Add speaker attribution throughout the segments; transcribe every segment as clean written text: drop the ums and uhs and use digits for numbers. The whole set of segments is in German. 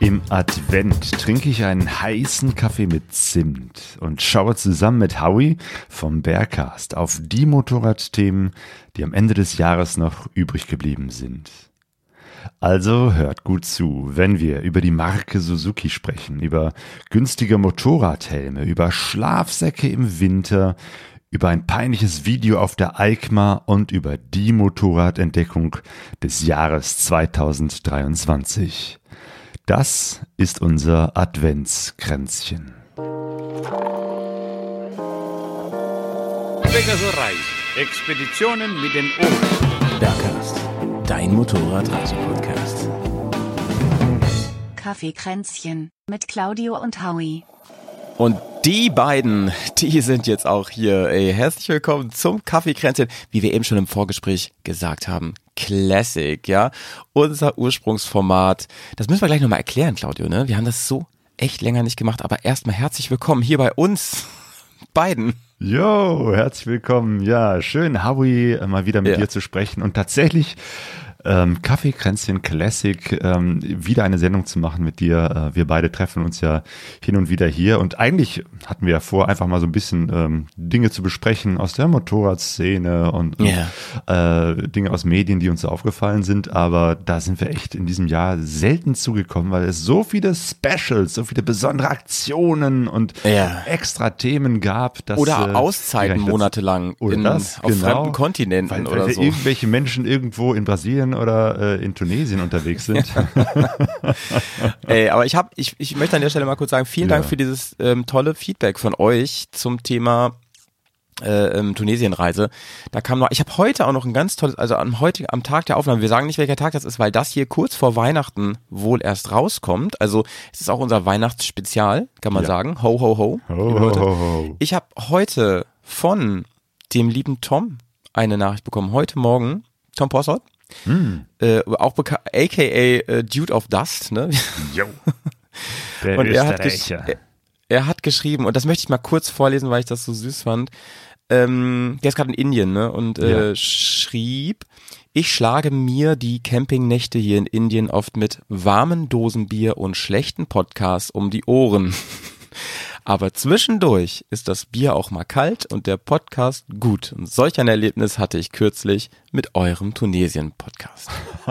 Speaker 1: Im Advent trinke ich einen heißen Kaffee mit Zimt und schaue zusammen mit Howie vom Bearcast auf die Motorradthemen, die am Ende des Jahres noch übrig geblieben sind. Also hört gut zu, wenn wir über die Marke Suzuki sprechen, über günstige Motorradhelme, über Schlafsäcke im Winter, über ein peinliches Video auf der EICMA und über die Motorradentdeckung des Jahres 2023. Das ist unser Adventskränzchen.
Speaker 2: Pegaso Reisen. Expeditionen mit den Ohren.
Speaker 3: Bearcast, dein Motorradreise-Podcast.
Speaker 4: Kaffeekränzchen mit Claudio und Howie.
Speaker 3: Und die beiden, die sind jetzt auch hier. Ey, herzlich willkommen zum Kaffeekränzchen. Wie wir eben schon im Vorgespräch gesagt haben, Classic, ja. Unser Ursprungsformat. Das müssen wir gleich nochmal erklären, Claudio, ne? Wir haben das so echt länger nicht gemacht, aber erstmal herzlich willkommen hier bei uns beiden.
Speaker 1: Jo, herzlich willkommen. Ja, schön, Howie, mal wieder mit dir zu sprechen und tatsächlich Kaffeekränzchen Classic, wieder eine Sendung zu machen mit dir. Wir beide treffen uns ja hin und wieder hier und eigentlich hatten wir ja vor, einfach mal so ein bisschen Dinge zu besprechen aus der Motorradszene und Dinge aus Medien, die uns so aufgefallen sind, aber da sind wir echt in diesem Jahr selten zugekommen, weil es so viele Specials, so viele besondere Aktionen und extra Themen gab. Dass,
Speaker 3: oder Auszeiten monatelang auf fremden Kontinenten
Speaker 1: weil
Speaker 3: oder so.
Speaker 1: Irgendwelche Menschen irgendwo in Brasilien oder in Tunesien unterwegs sind.
Speaker 3: Ey, aber ich möchte an der Stelle mal kurz sagen, vielen Dank für dieses tolle Feedback von euch zum Thema Tunesienreise. Da kam noch, ich habe heute auch noch ein ganz tolles, also am Tag der Aufnahme, wir sagen nicht, welcher Tag das ist, weil das hier kurz vor Weihnachten wohl erst rauskommt. Also es ist auch unser Weihnachtsspezial, kann man sagen. Ho, ho, ho.
Speaker 1: Ho, ho, ho, ho.
Speaker 3: Ich habe heute von dem lieben Tom eine Nachricht bekommen. Heute Morgen, Tom Posselt. Auch aka Dude of Dust, ne?
Speaker 1: Jo. Der
Speaker 3: und
Speaker 1: Österreicher.
Speaker 3: Er hat geschrieben, und das möchte ich mal kurz vorlesen, weil ich das so süß fand. Der ist gerade in Indien, ne? Und schrieb: Ich schlage mir die Campingnächte hier in Indien oft mit warmen Dosenbier und schlechten Podcasts um die Ohren. Aber zwischendurch ist das Bier auch mal kalt und der Podcast gut. Und solch ein Erlebnis hatte ich kürzlich mit eurem Tunesien-Podcast.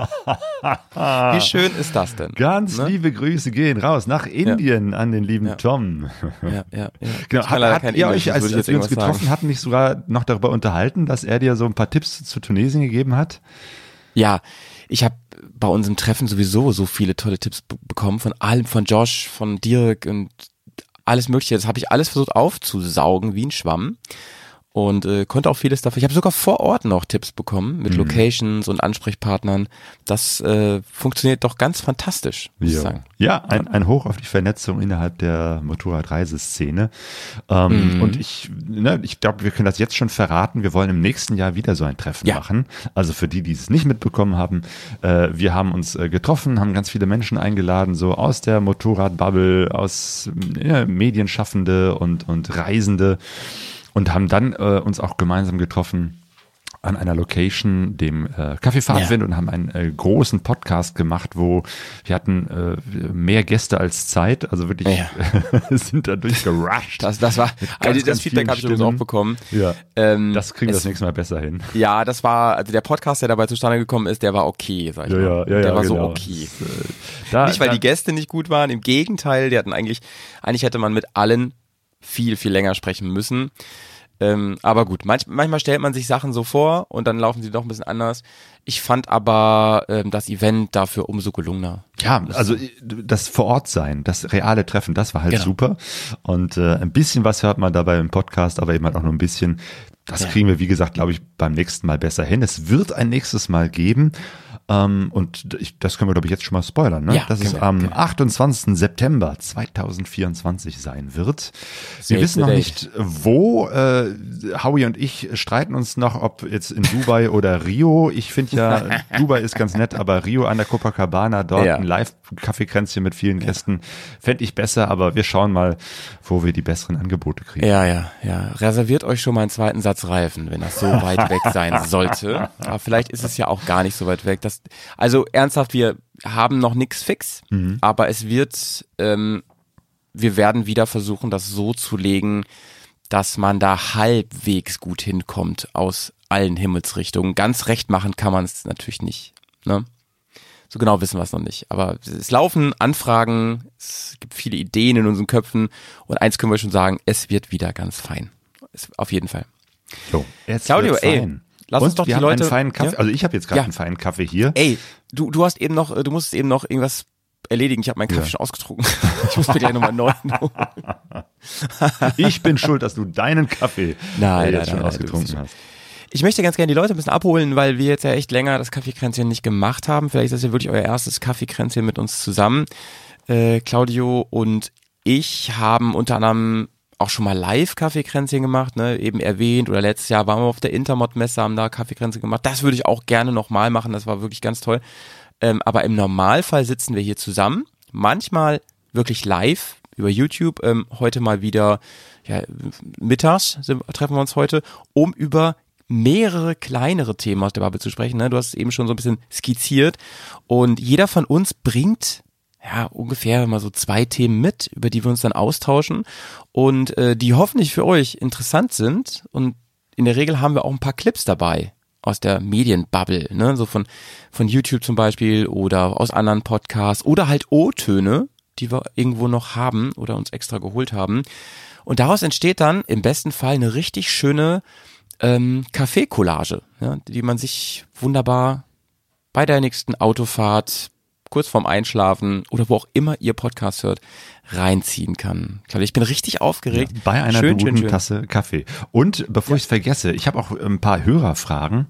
Speaker 3: Wie schön ist das denn?
Speaker 1: Ganz liebe Grüße gehen raus nach Indien an den lieben Tom.
Speaker 3: Ja.
Speaker 1: Genau. Habt ihr euch, als wir uns getroffen hatten, nicht sogar noch darüber unterhalten, dass er dir so ein paar Tipps zu Tunesien gegeben hat?
Speaker 3: Ja, ich habe bei unserem Treffen sowieso so viele tolle Tipps bekommen, von allem, von Josh, von Dirk und alles Mögliche. Das habe ich alles versucht aufzusaugen wie ein Schwamm und konnte auch vieles dafür. Ich habe sogar vor Ort noch Tipps bekommen mit Locations und Ansprechpartnern. Das funktioniert doch ganz fantastisch, muss ich sagen.
Speaker 1: Ja, ein Hoch auf die Vernetzung innerhalb der Motorradreiseszene. Und ich glaube, wir können das jetzt schon verraten. Wir wollen im nächsten Jahr wieder so ein Treffen machen. Also für die es nicht mitbekommen haben, wir haben uns getroffen, haben ganz viele Menschen eingeladen, so aus der Motorradbubble, aus Medienschaffende und Reisende. Und haben dann uns auch gemeinsam getroffen an einer Location, dem Kaffeefahrtwind, und haben einen großen Podcast gemacht, wo wir hatten mehr Gäste als Zeit, also wirklich sind da durchgerusht.
Speaker 3: Das war, also das Feedback habe ich übrigens auch bekommen.
Speaker 1: Ja, das kriegen wir das nächste Mal besser hin.
Speaker 3: Ja, das war, also der Podcast, der dabei zustande gekommen ist, der war okay, sag ich mal. Der war so okay. Nicht, weil die Gäste nicht gut waren, im Gegenteil, die hatten eigentlich hätte man mit allen viel, viel länger sprechen müssen. Aber gut, manchmal stellt man sich Sachen so vor und dann laufen sie doch ein bisschen anders. Ich fand aber das Event dafür umso gelungener.
Speaker 1: Ja, also das Vor-Ort-Sein, das reale Treffen, das war halt super. Und ein bisschen was hört man dabei im Podcast, aber eben halt auch nur ein bisschen. Das kriegen wir, wie gesagt, glaube ich, beim nächsten Mal besser hin. Es wird ein nächstes Mal geben. Und das können wir, glaube ich, jetzt schon mal spoilern, ne?
Speaker 3: Ja,
Speaker 1: dass es am 28. September 2024 sein wird. Wir wissen noch nicht, wo. Howie und ich streiten uns noch, ob jetzt in Dubai oder Rio. Ich finde ja, Dubai ist ganz nett, aber Rio an der Copacabana, dort ein Live-Kaffeekränzchen mit vielen Gästen, fände ich besser, aber wir schauen mal, wo wir die besseren Angebote kriegen.
Speaker 3: Ja. Reserviert euch schon mal einen zweiten Satz Reifen, wenn das so weit weg sein sollte. Aber vielleicht ist es ja auch gar nicht so weit weg. Also ernsthaft, haben noch nichts fix, aber es wird, wir werden wieder versuchen, das so zu legen, dass man da halbwegs gut hinkommt aus allen Himmelsrichtungen. Ganz recht machen kann man es natürlich nicht, ne? So genau wissen wir es noch nicht. Aber es laufen Anfragen, es gibt viele Ideen in unseren Köpfen und eins können wir schon sagen, es wird wieder ganz fein. Auf jeden Fall.
Speaker 1: So, jetzt
Speaker 3: Claudio, lass uns doch die Leute...
Speaker 1: Einen feinen Kaffee, also ich habe jetzt gerade einen feinen Kaffee hier.
Speaker 3: Ey, du musstest eben noch irgendwas erledigen. Ich habe meinen Kaffee schon ausgetrunken. Ich muss mir gleich nochmal neu holen.
Speaker 1: Ich bin schuld, dass du deinen Kaffee schon ausgetrunken hast.
Speaker 3: Ich möchte ganz gerne die Leute ein bisschen abholen, weil wir jetzt ja echt länger das Kaffeekränzchen nicht gemacht haben. Vielleicht ist das ja wirklich euer erstes Kaffeekränzchen mit uns zusammen. Claudio und ich haben unter anderem auch schon mal Live-Kaffeekränzchen gemacht, ne? Eben erwähnt, oder letztes Jahr waren wir auf der Intermod-Messe, haben da Kaffeekränzchen gemacht. Das würde ich auch gerne nochmal machen, das war wirklich ganz toll. Aber im Normalfall sitzen wir hier zusammen, manchmal wirklich live über YouTube, heute mal wieder mittags treffen wir uns heute, um über mehrere kleinere Themen aus der Bubble zu sprechen. Ne? Du hast es eben schon so ein bisschen skizziert und jeder von uns bringt ungefähr mal so 2 Themen mit, über die wir uns dann austauschen und die hoffentlich für euch interessant sind und in der Regel haben wir auch ein paar Clips dabei aus der Medienbubble, ne? So von YouTube zum Beispiel oder aus anderen Podcasts oder halt O-Töne, die wir irgendwo noch haben oder uns extra geholt haben und daraus entsteht dann im besten Fall eine richtig schöne Kaffee-Collage, ja, die man sich wunderbar bei der nächsten Autofahrt, kurz vorm Einschlafen oder wo auch immer ihr Podcast hört, reinziehen kann. Ich bin richtig aufgeregt.
Speaker 1: Ja, bei einer guten Tasse Kaffee. Und bevor ich es vergesse, ich habe auch ein paar Hörerfragen.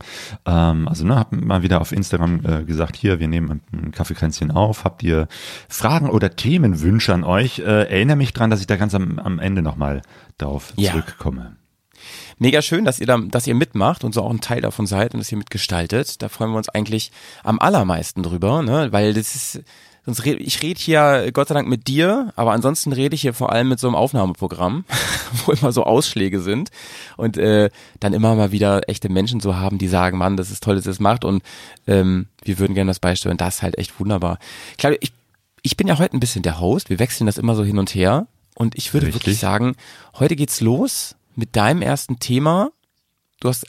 Speaker 1: Habe mal wieder auf Instagram gesagt, hier, wir nehmen ein Kaffeekränzchen auf. Habt ihr Fragen oder Themenwünsche an euch? Erinnere mich dran, dass ich da ganz am Ende nochmal darauf zurückkomme.
Speaker 3: Mega schön, dass ihr mitmacht und so auch ein Teil davon seid und dass ihr mitgestaltet. Da freuen wir uns eigentlich am allermeisten drüber, ne? Weil das ist, ich rede hier Gott sei Dank mit dir, aber ansonsten rede ich hier vor allem mit so einem Aufnahmeprogramm, wo immer so Ausschläge sind und dann immer mal wieder echte Menschen so haben, die sagen, Mann, das ist toll, dass ihr das macht und wir würden gerne was beisteuern. Das ist halt echt wunderbar. Klar, ich bin ja heute ein bisschen der Host, wir wechseln das immer so hin und her und ich würde wirklich sagen, heute geht's los mit deinem ersten Thema. Du hast,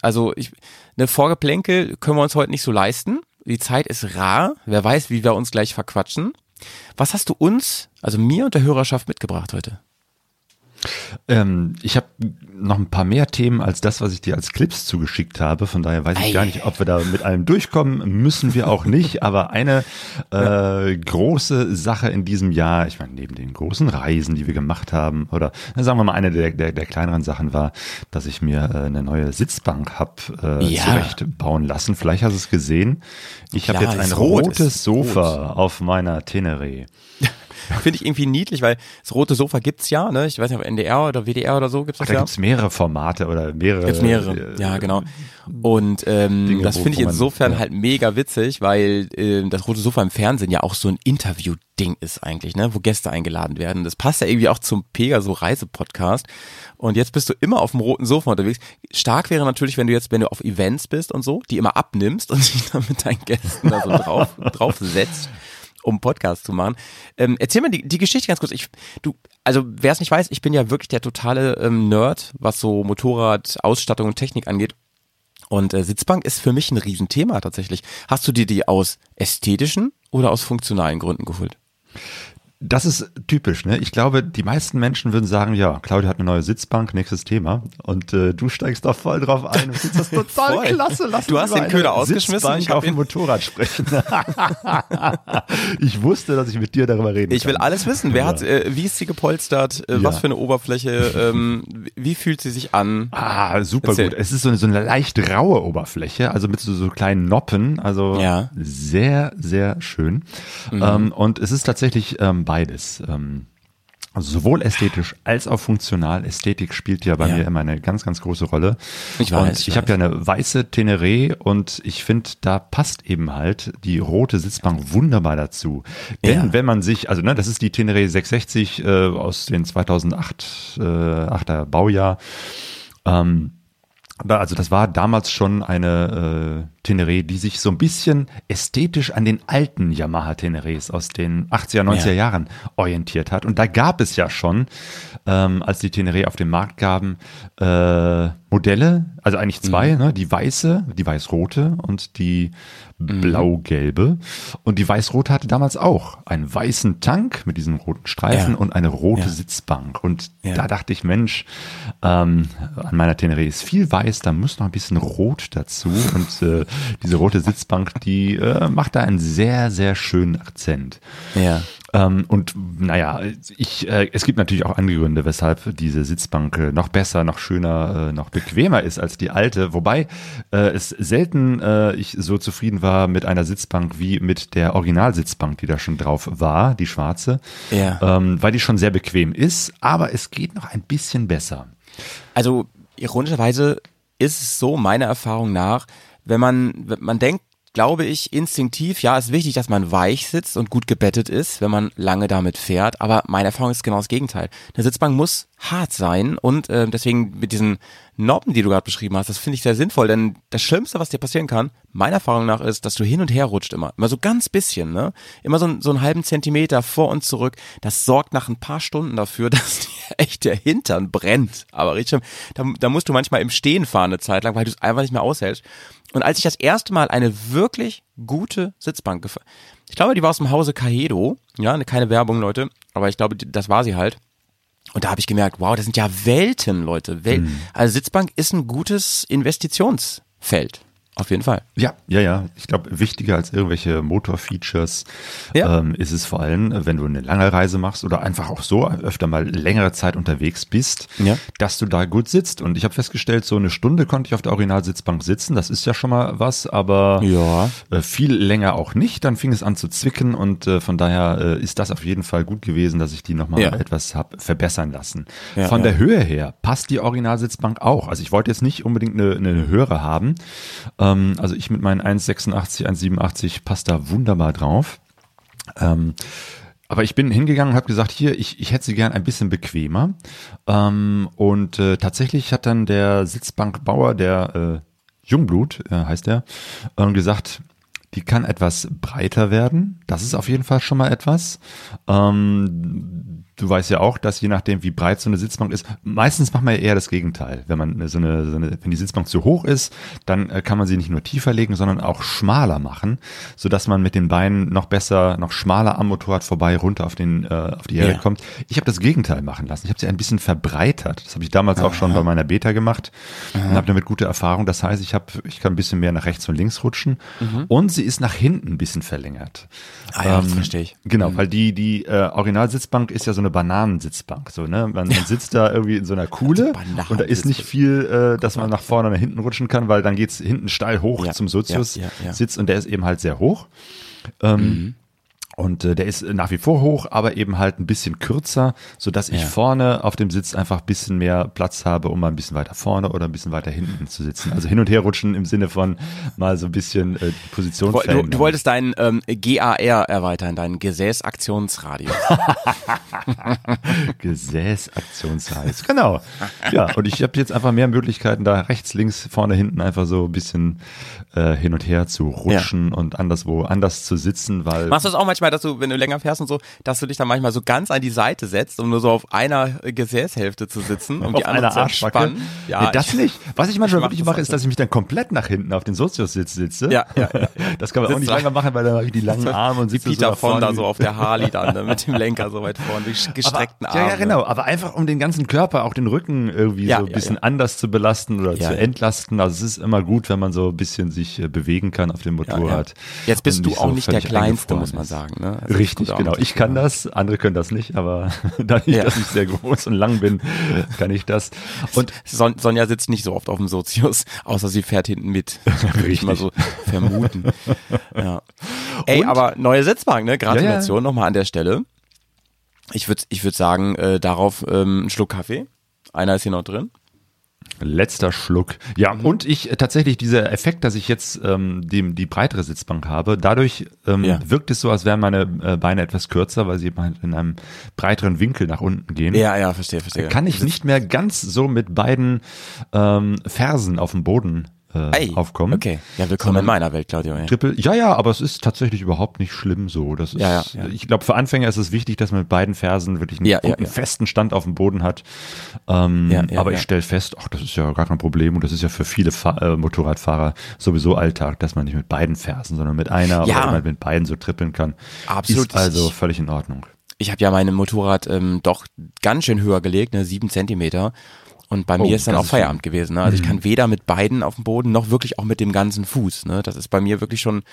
Speaker 3: Vorgeplänkel können wir uns heute nicht so leisten. Die Zeit ist rar. Wer weiß, wie wir uns gleich verquatschen. Was hast du uns, also mir und der Hörerschaft mitgebracht heute?
Speaker 1: Ich habe noch ein paar mehr Themen als das, was ich dir als Clips zugeschickt habe. Von daher weiß ich gar nicht, ob wir da mit allem durchkommen. Müssen wir auch nicht. Aber eine große Sache in diesem Jahr, ich meine, neben den großen Reisen, die wir gemacht haben, oder sagen wir mal, eine der kleineren Sachen war, dass ich mir eine neue Sitzbank habe zurechtbauen lassen. Vielleicht hast du es gesehen. Ich habe jetzt ein rotes Sofa auf meiner Teneré.
Speaker 3: Finde ich irgendwie niedlich, weil das rote Sofa gibt's ja, ne? Ich weiß nicht, ob NDR oder WDR oder so gibt's das
Speaker 1: da gibt's mehrere Formate oder mehrere.
Speaker 3: Gibt's mehrere, ja genau. Und das finde ich insofern halt mega witzig, weil das rote Sofa im Fernsehen ja auch so ein Interview-Ding ist eigentlich, ne? Wo Gäste eingeladen werden. Das passt ja irgendwie auch zum Pegaso-Reise-Podcast. Und jetzt bist du immer auf dem roten Sofa unterwegs. Stark wäre natürlich, wenn du auf Events bist und so, die immer abnimmst und dich dann mit deinen Gästen da so drauf setzt, um Podcast zu machen. Erzähl mal die Geschichte ganz kurz. Wer es nicht weiß, ich bin ja wirklich der totale Nerd, was so Motorrad, Ausstattung und Technik angeht. Und Sitzbank ist für mich ein Riesenthema tatsächlich. Hast du dir die aus ästhetischen oder aus funktionalen Gründen geholt?
Speaker 1: Das ist typisch, ne? Ich glaube, die meisten Menschen würden sagen, ja, Claudia hat eine neue Sitzbank, nächstes Thema. Und du steigst da voll drauf ein und findest das total klasse.
Speaker 3: Du hast den Köder ausgeschmissen.
Speaker 1: Ich auf dem Motorrad sprechen. Ich wusste, dass ich mit dir darüber reden kann.
Speaker 3: Ich will alles wissen. Wie ist sie gepolstert? Was für eine Oberfläche? Wie fühlt sie sich an?
Speaker 1: Super Erzähl. Gut. Es ist so eine leicht raue Oberfläche, also mit so kleinen Noppen. Also sehr, sehr schön. Und es ist tatsächlich beides. Also sowohl ästhetisch als auch funktional. Ästhetik spielt ja bei mir immer eine ganz, ganz große Rolle. Ich habe ja eine weiße Teneré und ich finde, da passt eben halt die rote Sitzbank wunderbar dazu. Denn wenn man sich, das ist die Teneré 660 aus den 2008er Baujahr. Also das war damals schon eine Teneré, die sich so ein bisschen ästhetisch an den alten Yamaha Tenerés aus den 80er, 90er Jahren orientiert hat. Und da gab es ja schon, als die Teneré auf den Markt gaben, Modelle, also eigentlich zwei, ne? Die weiße, die weiß-rote und die blau-gelbe. Und die weiß-rote hatte damals auch einen weißen Tank mit diesen roten Streifen und eine rote Sitzbank. Und da dachte ich, Mensch, an meiner Teneré ist viel weiß, da muss noch ein bisschen rot dazu. Und diese rote Sitzbank, die macht da einen sehr, sehr schönen Akzent.
Speaker 3: Ja.
Speaker 1: Und naja, es gibt natürlich auch andere Gründe, weshalb diese Sitzbank noch besser, noch schöner, noch bequemer ist als die alte. Wobei es selten ich so zufrieden war mit einer Sitzbank wie mit der Originalsitzbank, die da schon drauf war, die schwarze, weil die schon sehr bequem ist, aber es geht noch ein bisschen besser.
Speaker 3: Also ironischerweise ist es so, meiner Erfahrung nach, wenn man denkt, glaube ich, instinktiv, ja, ist wichtig, dass man weich sitzt und gut gebettet ist, wenn man lange damit fährt, aber meine Erfahrung ist genau das Gegenteil. Eine Sitzbank muss hart sein und deswegen mit diesen Nobben, die du gerade beschrieben hast, das finde ich sehr sinnvoll, denn das Schlimmste, was dir passieren kann, meiner Erfahrung nach, ist, dass du hin und her rutscht immer so ganz bisschen, ne? Immer so einen halben Zentimeter vor und zurück. Das sorgt nach ein paar Stunden dafür, dass dir echt der Hintern brennt. Aber richtig, da musst du manchmal im Stehen fahren eine Zeit lang, weil du es einfach nicht mehr aushältst. Und als ich das erste Mal eine wirklich gute Sitzbank gefahren, ich glaube, die war aus dem Hause Kaedo, ja, keine Werbung, Leute, aber ich glaube, das war sie halt. Und da habe ich gemerkt, wow, das sind ja Welten, Leute. Also Sitzbank ist ein gutes Investitionsfeld. Auf jeden Fall.
Speaker 1: Ja. Ich glaube, wichtiger als irgendwelche Motorfeatures ist es vor allem, wenn du eine lange Reise machst oder einfach auch so öfter mal längere Zeit unterwegs bist, dass du da gut sitzt. Und ich habe festgestellt, so eine Stunde konnte ich auf der Originalsitzbank sitzen. Das ist ja schon mal was, aber viel länger auch nicht. Dann fing es an zu zwicken und von daher ist das auf jeden Fall gut gewesen, dass ich die nochmal etwas habe verbessern lassen. Von der Höhe her passt die Originalsitzbank auch. Also ich wollte jetzt nicht unbedingt eine höhere haben. Also ich mit meinen 1,86, 1,87 passt da wunderbar drauf. Aber ich bin hingegangen und habe gesagt, hier, ich hätte sie gern ein bisschen bequemer. Und tatsächlich hat dann der Sitzbankbauer, der Jungblut heißt der, gesagt, die kann etwas breiter werden. Das ist auf jeden Fall schon mal etwas. Du weißt ja auch, dass je nachdem, wie breit so eine Sitzbank ist, meistens macht man ja eher das Gegenteil. Wenn man wenn die Sitzbank zu hoch ist, dann kann man sie nicht nur tiefer legen, sondern auch schmaler machen, sodass man mit den Beinen noch besser, noch schmaler am Motorrad vorbei runter auf die Erde kommt. Ich habe das Gegenteil machen lassen. Ich habe sie ein bisschen verbreitert. Das habe ich damals auch schon bei meiner Beta gemacht und habe damit gute Erfahrung. Das heißt, ich kann ein bisschen mehr nach rechts und links rutschen und sie ist nach hinten ein bisschen verlängert.
Speaker 3: Das verstehe ich.
Speaker 1: Genau, weil die Originalsitzbank ist ja so eine Bananensitzbank. So, ne? Man sitzt da irgendwie in so einer Kuhle und da ist nicht viel, dass man nach vorne oder nach hinten rutschen kann, weil dann geht's hinten steil hoch zum Sozius-Sitz und der ist eben halt sehr hoch. Und der ist nach wie vor hoch, aber eben halt ein bisschen kürzer, sodass ich vorne auf dem Sitz einfach ein bisschen mehr Platz habe, um mal ein bisschen weiter vorne oder ein bisschen weiter hinten zu sitzen. Also hin und her rutschen im Sinne von mal so ein bisschen die Position verändern.
Speaker 3: Du wolltest deinen GAR erweitern, deinen Gesäßaktionsradius.
Speaker 1: Gesäßaktionsradius, genau. Ja, und ich habe jetzt einfach mehr Möglichkeiten, da rechts, links, vorne, hinten einfach so ein bisschen hin und her zu rutschen und anders zu sitzen, weil...
Speaker 3: Machst du das auch manchmal, dass du, wenn du länger fährst und so, dass du dich dann manchmal so ganz an die Seite setzt, um nur so auf einer Gesäßhälfte zu sitzen, um die andere zu entspannen?
Speaker 1: Ja, das nicht. Was ich manchmal wirklich mache, ist, dass ich mich dann komplett nach hinten auf den Sozius-Sitz sitze. Ja. Das kann man auch nicht lange machen, weil dann habe ich die langen Arme und sitze
Speaker 3: Peter so da so auf der Harley dann, mit dem Lenker so weit vorne, die gestreckten Arme.
Speaker 1: Ja, genau. Aber einfach, um den ganzen Körper, auch den Rücken irgendwie so ein bisschen anders zu belasten oder zu entlasten. Also es ist immer gut, wenn man so ein bisschen sich bewegen kann auf dem Motorrad.
Speaker 3: Jetzt bist du auch nicht der Kleinste, muss man sagen. Ne?
Speaker 1: Also richtig, genau. Ich kann das, andere können das nicht, aber da ich sehr groß und lang bin, kann ich das. Und
Speaker 3: Sonja sitzt nicht so oft auf dem Sozius, außer sie fährt hinten mit. Würde ich mal so vermuten. Ja. Ey, aber neue Sitzbank, ne? Gratulation nochmal an der Stelle. Ich würde sagen, darauf einen Schluck Kaffee. Einer ist hier noch drin.
Speaker 1: Letzter Schluck. Ja, und ich tatsächlich dieser Effekt, dass ich jetzt die breitere Sitzbank habe, dadurch wirkt es so, als wären meine Beine etwas kürzer, weil sie halt in einem breiteren Winkel nach unten gehen.
Speaker 3: Ja, verstehe.
Speaker 1: Kann ich nicht mehr ganz so mit beiden Fersen auf dem Boden aufkommen.
Speaker 3: Okay, ja, willkommen in meiner Welt, Claudio.
Speaker 1: Ja, aber es ist tatsächlich überhaupt nicht schlimm so. Das ist, ich glaube, für Anfänger ist es wichtig, dass man mit beiden Fersen wirklich einen guten, festen Stand auf dem Boden hat. Aber ich stelle fest, das ist ja gar kein Problem und das ist ja für viele Motorradfahrer sowieso Alltag, dass man nicht mit beiden Fersen, sondern mit einer oder mit beiden so trippeln kann.
Speaker 3: Absolut.
Speaker 1: Ist also völlig in Ordnung.
Speaker 3: Ich habe ja mein Motorrad doch ganz schön höher gelegt, 7 Zentimeter. Und bei mir ist dann auch Feierabend gewesen. Ne? Also ich kann weder mit beiden auf dem Boden noch wirklich auch mit dem ganzen Fuß. Ne? Das ist bei mir wirklich schon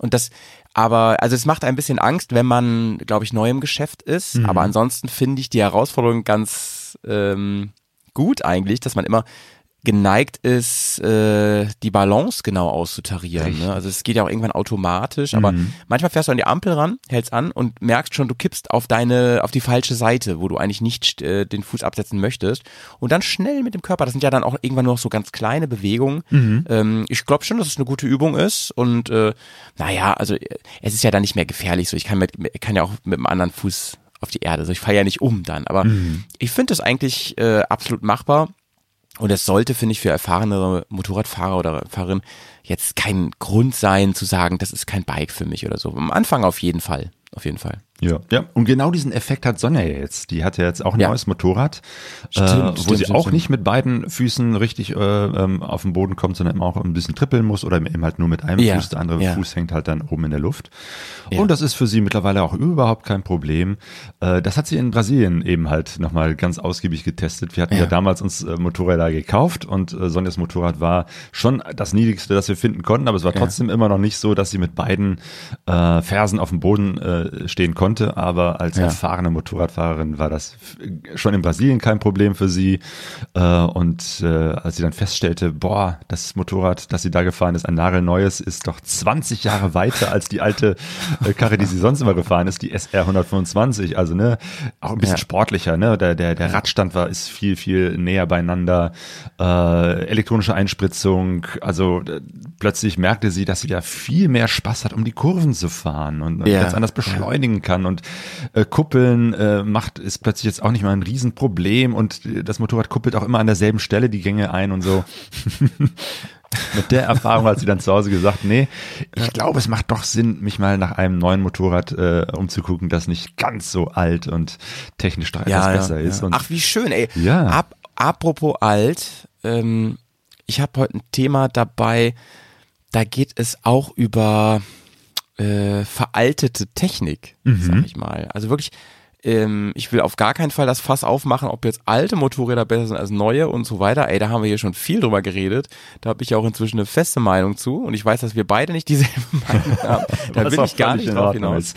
Speaker 3: also es macht ein bisschen Angst, wenn man, glaube ich, neu im Geschäft ist. Aber ansonsten finde ich die Herausforderung ganz gut eigentlich, dass man immer geneigt ist, die Balance genau auszutarieren. Ne? Also es geht ja auch irgendwann automatisch, aber manchmal fährst du an die Ampel ran, hältst an und merkst schon, du kippst auf die falsche Seite, wo du eigentlich nicht den Fuß absetzen möchtest und dann schnell mit dem Körper, das sind ja dann auch irgendwann nur noch so ganz kleine Bewegungen. Ich glaube schon, dass es eine gute Übung ist und also es ist ja dann nicht mehr gefährlich so. Ich kann ja auch mit dem anderen Fuß auf die Erde, also ich falle ja nicht um dann, aber ich finde das eigentlich absolut machbar. Und es sollte, finde ich, für erfahrenere Motorradfahrer oder Fahrerinnen jetzt kein Grund sein, zu sagen, das ist kein Bike für mich oder so. Am Anfang auf jeden Fall.
Speaker 1: Ja, und genau diesen Effekt hat Sonja jetzt. Die hat ja jetzt auch ein neues Motorrad, wo sie auch nicht mit beiden Füßen richtig auf den Boden kommt, sondern immer auch ein bisschen trippeln muss oder eben halt nur mit einem Fuß. Der andere Fuß hängt halt dann oben in der Luft. Ja. Und das ist für sie mittlerweile auch überhaupt kein Problem. Das hat sie in Brasilien eben halt nochmal ganz ausgiebig getestet. Wir hatten ja damals uns Motorräder gekauft und Sonjas Motorrad war schon das niedrigste, das wir finden konnten, aber es war trotzdem immer noch nicht so, dass sie mit beiden Fersen auf dem Boden stehen konnte, aber als erfahrene Motorradfahrerin war das schon in Brasilien kein Problem für sie und als sie dann feststellte, das Motorrad, das sie da gefahren ist, ein nagelneues, ist doch 20 Jahre weiter als die alte Karre, die sie sonst immer gefahren ist, die SR 125, also auch ein bisschen sportlicher, der Radstand ist viel, viel näher beieinander, elektronische Einspritzung, also plötzlich merkte sie, dass sie da viel mehr Spaß hat, um die Kurven zu fahren und ganz anders beschleunigen kann und Kuppeln ist plötzlich jetzt auch nicht mal ein Riesenproblem und das Motorrad kuppelt auch immer an derselben Stelle die Gänge ein und so. Mit der Erfahrung hat sie dann zu Hause gesagt, ich glaube, es macht doch Sinn, mich mal nach einem neuen Motorrad umzugucken, das nicht ganz so alt und technisch doch etwas besser ist. Und
Speaker 3: ach, wie schön, ey. Ja. Apropos alt, ich habe heute ein Thema dabei, da geht es auch über veraltete Technik, sag ich mal. Also wirklich, ich will auf gar keinen Fall das Fass aufmachen, ob jetzt alte Motorräder besser sind als neue und so weiter. Ey, da haben wir hier schon viel drüber geredet. Da habe ich auch inzwischen eine feste Meinung zu und ich weiß, dass wir beide nicht dieselbe Meinung haben. Da will ich gar nicht drauf hinaus.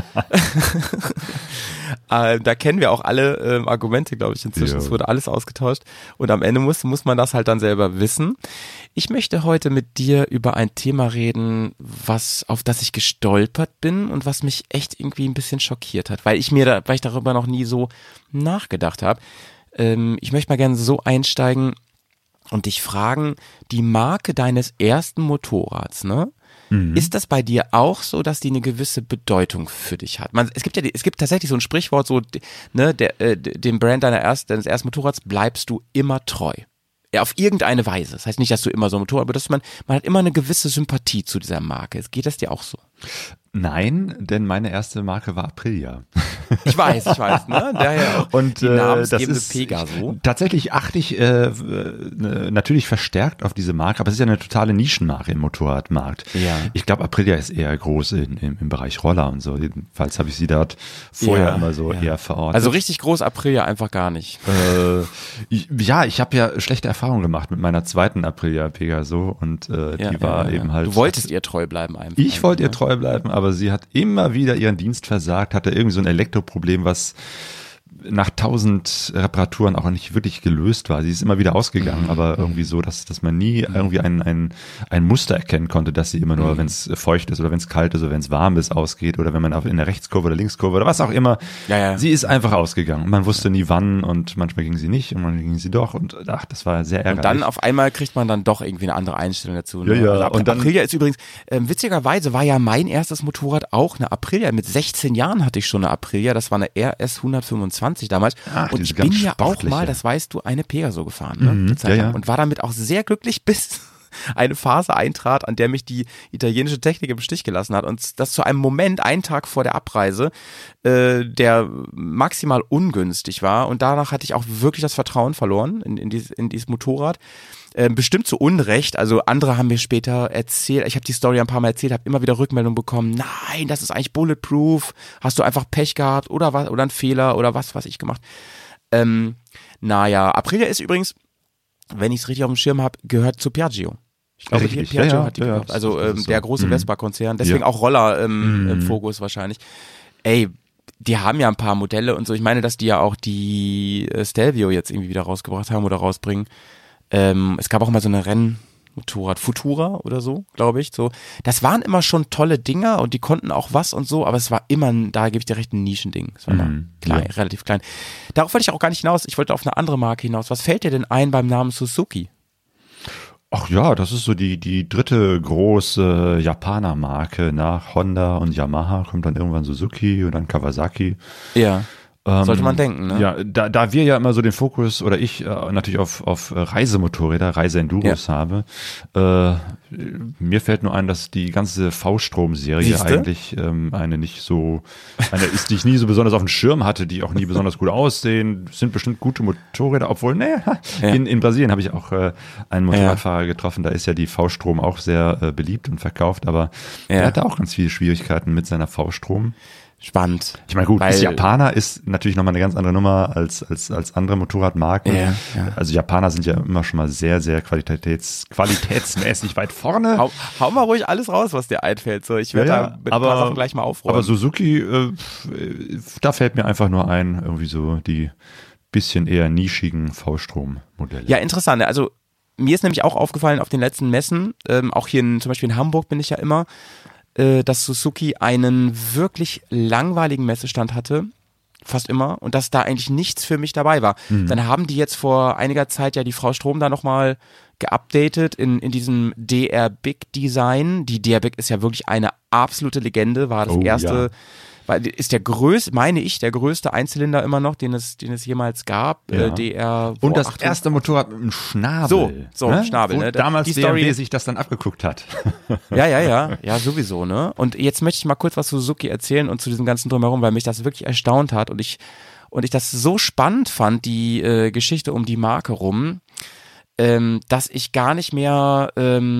Speaker 3: Da kennen wir auch alle Argumente, glaube ich, inzwischen. Es wurde alles ausgetauscht und am Ende muss man das halt dann selber wissen. Ich möchte heute mit dir über ein Thema reden, auf das ich gestolpert bin und was mich echt irgendwie ein bisschen schockiert hat, weil ich darüber noch nie so nachgedacht habe. Ich möchte mal gerne so einsteigen und dich fragen, die Marke deines ersten Motorrads, ne? Ist das bei dir auch so, dass die eine gewisse Bedeutung für dich hat? Es gibt tatsächlich so ein Sprichwort, so, dem Brand deines ersten Motorrads bleibst du immer treu. Ja, auf irgendeine Weise. Das heißt nicht, dass du immer so ein Motorrad, aber dass man hat immer eine gewisse Sympathie zu dieser Marke. Geht das dir auch so?
Speaker 1: Nein, denn meine erste Marke war Aprilia.
Speaker 3: Ich weiß, ne? Daher auch
Speaker 1: und
Speaker 3: die namensgebende
Speaker 1: das ist
Speaker 3: Pegaso.
Speaker 1: Tatsächlich achte ich natürlich verstärkt auf diese Marke, aber es ist ja eine totale Nischenmarke im Motorradmarkt. Ja. Ich glaube, Aprilia ist eher groß im Bereich Roller und so. Jedenfalls habe ich sie dort vorher immer so eher verortet.
Speaker 3: Also richtig groß Aprilia einfach gar nicht.
Speaker 1: Ich habe ja schlechte Erfahrungen gemacht mit meiner zweiten Aprilia Pegaso und die war eben halt.
Speaker 3: Du wolltest ihr treu bleiben einfach.
Speaker 1: Ich wollte ihr treu bleiben, aber sie hat immer wieder ihren Dienst versagt, hatte irgendwie so ein Elektroproblem, was nach 1000 Reparaturen auch nicht wirklich gelöst war. Sie ist immer wieder ausgegangen, aber irgendwie so, dass man nie irgendwie ein Muster erkennen konnte, dass sie immer nur, wenn es feucht ist oder wenn es kalt ist oder wenn es warm ist, ausgeht oder wenn man in der Rechtskurve oder Linkskurve oder was auch immer.
Speaker 3: Ja.
Speaker 1: Sie ist einfach ausgegangen. Man wusste nie wann und manchmal ging sie nicht und manchmal ging sie doch und das war sehr ärgerlich.
Speaker 3: Und dann auf einmal kriegt man dann doch irgendwie eine andere Einstellung dazu. Ne?
Speaker 1: Ja.
Speaker 3: Also
Speaker 1: und dann,
Speaker 3: Aprilia ist übrigens, witzigerweise war ja mein erstes Motorrad auch eine Aprilia. Mit 16 Jahren hatte ich schon eine Aprilia. Das war eine RS 125 damals. Und ich bin ja auch mal, das weißt du, eine Pegaso gefahren. Ne?
Speaker 1: Ja.
Speaker 3: Und war damit auch sehr glücklich, bis eine Phase eintrat, an der mich die italienische Technik im Stich gelassen hat. Und das zu einem Moment, einen Tag vor der Abreise, der maximal ungünstig war. Und danach hatte ich auch wirklich das Vertrauen verloren in dieses Motorrad. Bestimmt zu Unrecht, also andere haben mir später erzählt, ich habe die Story ein paar Mal erzählt, habe immer wieder Rückmeldungen bekommen, nein, das ist eigentlich bulletproof, hast du einfach Pech gehabt oder was, oder ein Fehler oder was ich gemacht. Aprilia ist übrigens, wenn ich es richtig auf dem Schirm habe, gehört zu Piaggio. Ich glaube, Piaggio hat die gekauft, also der große Vespa-Konzern, deswegen auch Roller im Fokus wahrscheinlich. Ey, die haben ja ein paar Modelle und so, ich meine, dass die ja auch die Stelvio jetzt irgendwie wieder rausgebracht haben oder rausbringen. Es gab auch mal so eine Rennmotorrad, Futura oder so, glaube ich. So, das waren immer schon tolle Dinger und die konnten auch was und so, aber es war immer, da gebe ich dir recht, ein Nischending. Es war klein, relativ klein. Darauf wollte ich auch gar nicht hinaus. Ich wollte auf eine andere Marke hinaus. Was fällt dir denn ein beim Namen Suzuki?
Speaker 1: Ach ja, das ist so die dritte große Japaner-Marke nach Honda und Yamaha. Kommt dann irgendwann Suzuki und dann Kawasaki.
Speaker 3: Ja. Sollte man denken, ne?
Speaker 1: Ja, da wir ja immer so den Fokus oder ich natürlich auf Reisemotorräder, Reiseenduros habe, mir fällt nur ein, dass die ganze V-Strom-Serie eigentlich eine ist, die ich nie so besonders auf dem Schirm hatte, die auch nie besonders gut aussehen, sind bestimmt gute Motorräder, obwohl, in Brasilien habe ich auch einen Motorradfahrer getroffen, da ist ja die V-Strom auch sehr beliebt und verkauft, aber er hatte auch ganz viele Schwierigkeiten mit seiner V-Strom.
Speaker 3: Spannend.
Speaker 1: Ich meine, gut, das Japaner ist natürlich nochmal eine ganz andere Nummer als andere Motorradmarken.
Speaker 3: Ja.
Speaker 1: Also Japaner sind ja immer schon mal sehr, sehr qualitätsmäßig weit vorne.
Speaker 3: Hau mal ruhig alles raus, was dir einfällt. So, ich werde da mit ein paar Sachen gleich mal aufräumen.
Speaker 1: Aber Suzuki, da fällt mir einfach nur ein, irgendwie so die bisschen eher nischigen V-Strom-Modelle.
Speaker 3: Ja, interessant. Also mir ist nämlich auch aufgefallen auf den letzten Messen, auch hier zum Beispiel in Hamburg bin ich ja immer, dass Suzuki einen wirklich langweiligen Messestand hatte, fast immer, und dass da eigentlich nichts für mich dabei war. Dann haben die jetzt vor einiger Zeit ja die Frau Strom da nochmal geupdatet in diesem DR Big Design. Die DR Big ist ja wirklich eine absolute Legende, war das erste, ist der größte Einzylinder immer noch, den es jemals gab. DR.
Speaker 1: Und das erste Motorrad mit einem Schnabel.
Speaker 3: So ne? Schnabel.
Speaker 1: Wo
Speaker 3: ne?
Speaker 1: damals
Speaker 3: die
Speaker 1: BMW
Speaker 3: Story
Speaker 1: sich das dann abgeguckt hat.
Speaker 3: Ja, sowieso, ne? Und jetzt möchte ich mal kurz was zu Suzuki erzählen und zu diesem ganzen Drumherum, weil mich das wirklich erstaunt hat und ich das so spannend fand, die Geschichte um die Marke rum, dass ich gar nicht mehr,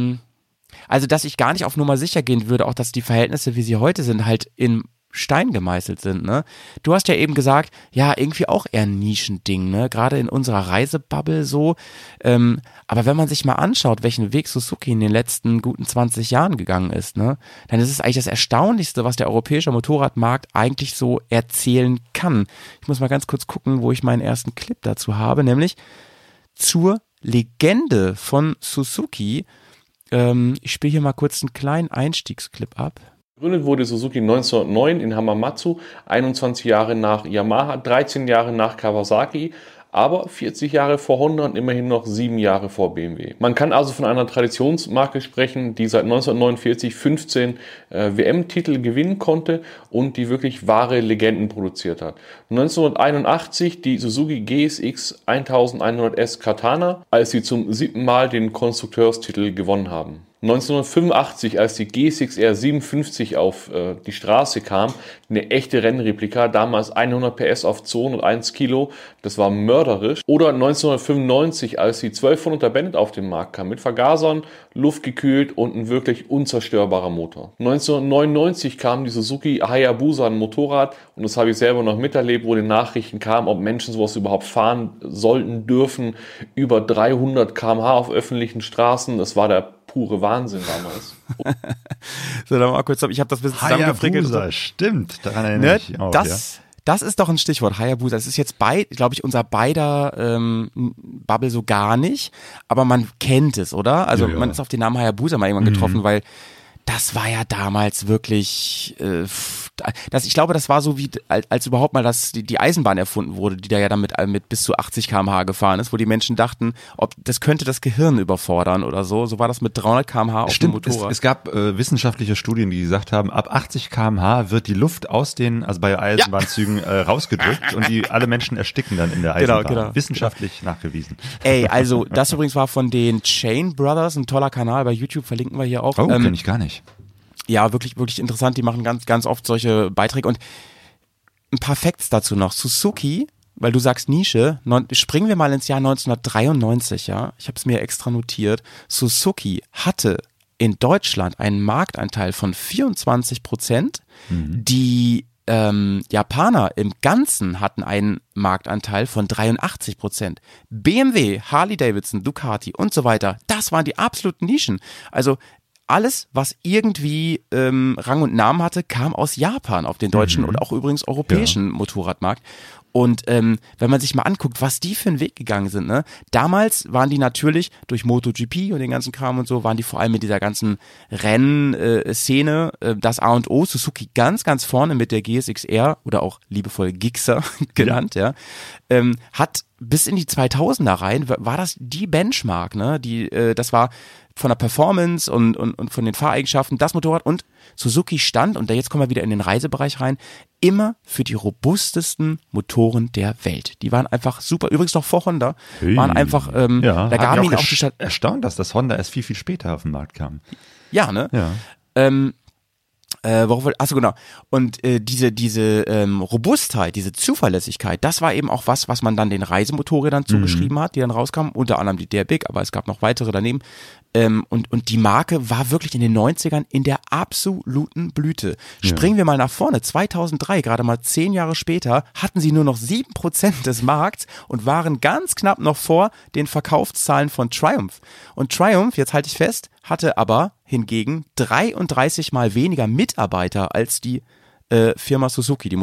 Speaker 3: dass ich gar nicht auf Nummer sicher gehen würde, auch dass die Verhältnisse, wie sie heute sind, halt in Stein gemeißelt sind, ne? Du hast ja eben gesagt, ja, irgendwie auch eher ein Nischending, ne? Gerade in unserer Reisebubble so. Aber wenn man sich mal anschaut, welchen Weg Suzuki in den letzten guten 20 Jahren gegangen ist, ne? Dann ist es eigentlich das Erstaunlichste, was der europäische Motorradmarkt eigentlich so erzählen kann. Ich muss mal ganz kurz gucken, wo ich meinen ersten Clip dazu habe, nämlich zur Legende von Suzuki. Ich spiele hier mal kurz einen kleinen Einstiegsclip ab.
Speaker 5: Gegründet wurde Suzuki 1909 in Hamamatsu, 21 Jahre nach Yamaha, 13 Jahre nach Kawasaki, aber 40 Jahre vor Honda und immerhin noch 7 Jahre vor BMW. Man kann also von einer Traditionsmarke sprechen, die seit 1949 15 WM-Titel gewinnen konnte und die wirklich wahre Legenden produziert hat. 1981 die Suzuki GSX 1100S Katana, als sie zum 7. Mal den Konstrukteurstitel gewonnen haben. 1985, als die G6R 57 auf die Straße kam, eine echte Rennreplika, damals 100 PS auf 201 Kilo, das war mörderisch. Oder 1995, als die 1200er Bennett auf den Markt kam, mit Vergasern, luftgekühlt und ein wirklich unzerstörbarer Motor. 1999 kam die Suzuki Hayabusa, ein Motorrad, und das habe ich selber noch miterlebt, wo die Nachrichten kamen, ob Menschen sowas überhaupt fahren sollten, dürfen, über 300 km/h auf öffentlichen Straßen, das war der pure Wahnsinn damals.
Speaker 3: So, dann mal kurz, ich habe das ein bisschen zusammengefrickelt.
Speaker 1: Hayabusa, stimmt, daran erinnere ich auch.
Speaker 3: Das Das ist doch ein Stichwort, Hayabusa. Das ist jetzt glaube ich, unser beider Bubble so gar nicht, aber man kennt es, oder? Also
Speaker 1: Ja.
Speaker 3: man ist auf den Namen Hayabusa mal irgendwann getroffen, weil das war ja damals wirklich, ich glaube, das war so wie, als überhaupt mal die Eisenbahn erfunden wurde, die da ja dann mit bis zu 80 km/h gefahren ist, wo die Menschen dachten, das könnte das Gehirn überfordern oder so. So war das mit 300 km/h auf dem Motorrad.
Speaker 1: Es gab wissenschaftliche Studien, die gesagt haben, ab 80 km/h wird die Luft also bei Eisenbahnzügen rausgedrückt und alle Menschen ersticken dann in der Eisenbahn.
Speaker 3: Genau.
Speaker 1: Wissenschaftlich nachgewiesen.
Speaker 3: Ey, also das übrigens war von den Chain Brothers, ein toller Kanal bei YouTube, verlinken wir hier auch.
Speaker 1: Oh, kenn ich gar nicht.
Speaker 3: Ja, wirklich, wirklich interessant. Die machen ganz, ganz oft solche Beiträge. Und ein paar Facts dazu noch. Suzuki, weil du sagst Nische, springen wir mal ins Jahr 1993, ja. Ich habe es mir extra notiert. Suzuki hatte in Deutschland einen Marktanteil von 24%. Die Japaner im Ganzen hatten einen Marktanteil von 83%. BMW, Harley Davidson, Ducati und so weiter, das waren die absoluten Nischen. Also alles, was irgendwie Rang und Namen hatte, kam aus Japan auf den deutschen und auch übrigens europäischen Motorradmarkt. Und wenn man sich mal anguckt, was die für einen Weg gegangen sind, ne? Damals waren die natürlich durch MotoGP und den ganzen Kram und so, waren die vor allem mit dieser ganzen Rennszene das A und O. Suzuki ganz, ganz vorne mit der GSX-R oder auch liebevoll Gixxer genannt, ja. Hat bis in die 2000er rein, war das die Benchmark, ne? Das war von der Performance und von den Fahreigenschaften das Motorrad, und Suzuki stand, und jetzt kommen wir wieder in den Reisebereich rein, immer für die robustesten Motoren der Welt. Die waren einfach super. Übrigens noch vor Honda. Waren einfach, da Garmin auch die Stadt.
Speaker 1: Erstaunt, dass das Honda erst viel, viel später auf den Markt kam.
Speaker 3: Ja, ne?
Speaker 1: Ja.
Speaker 3: Achso, genau. Und diese Robustheit, diese Zuverlässigkeit, das war eben auch was man dann den Reisemotorrädern zugeschrieben hat, die dann rauskamen, unter anderem die der Big, aber es gab noch weitere daneben. Und die Marke war wirklich in den 90ern in der absoluten Blüte. Springen wir mal nach vorne. 2003, gerade mal 10 Jahre später, hatten sie nur noch 7% des Markts und waren ganz knapp noch vor den Verkaufszahlen von Triumph. Und Triumph, jetzt halte ich fest, hatte aber hingegen 33 mal weniger Mitarbeiter als die Firma Suzuki, die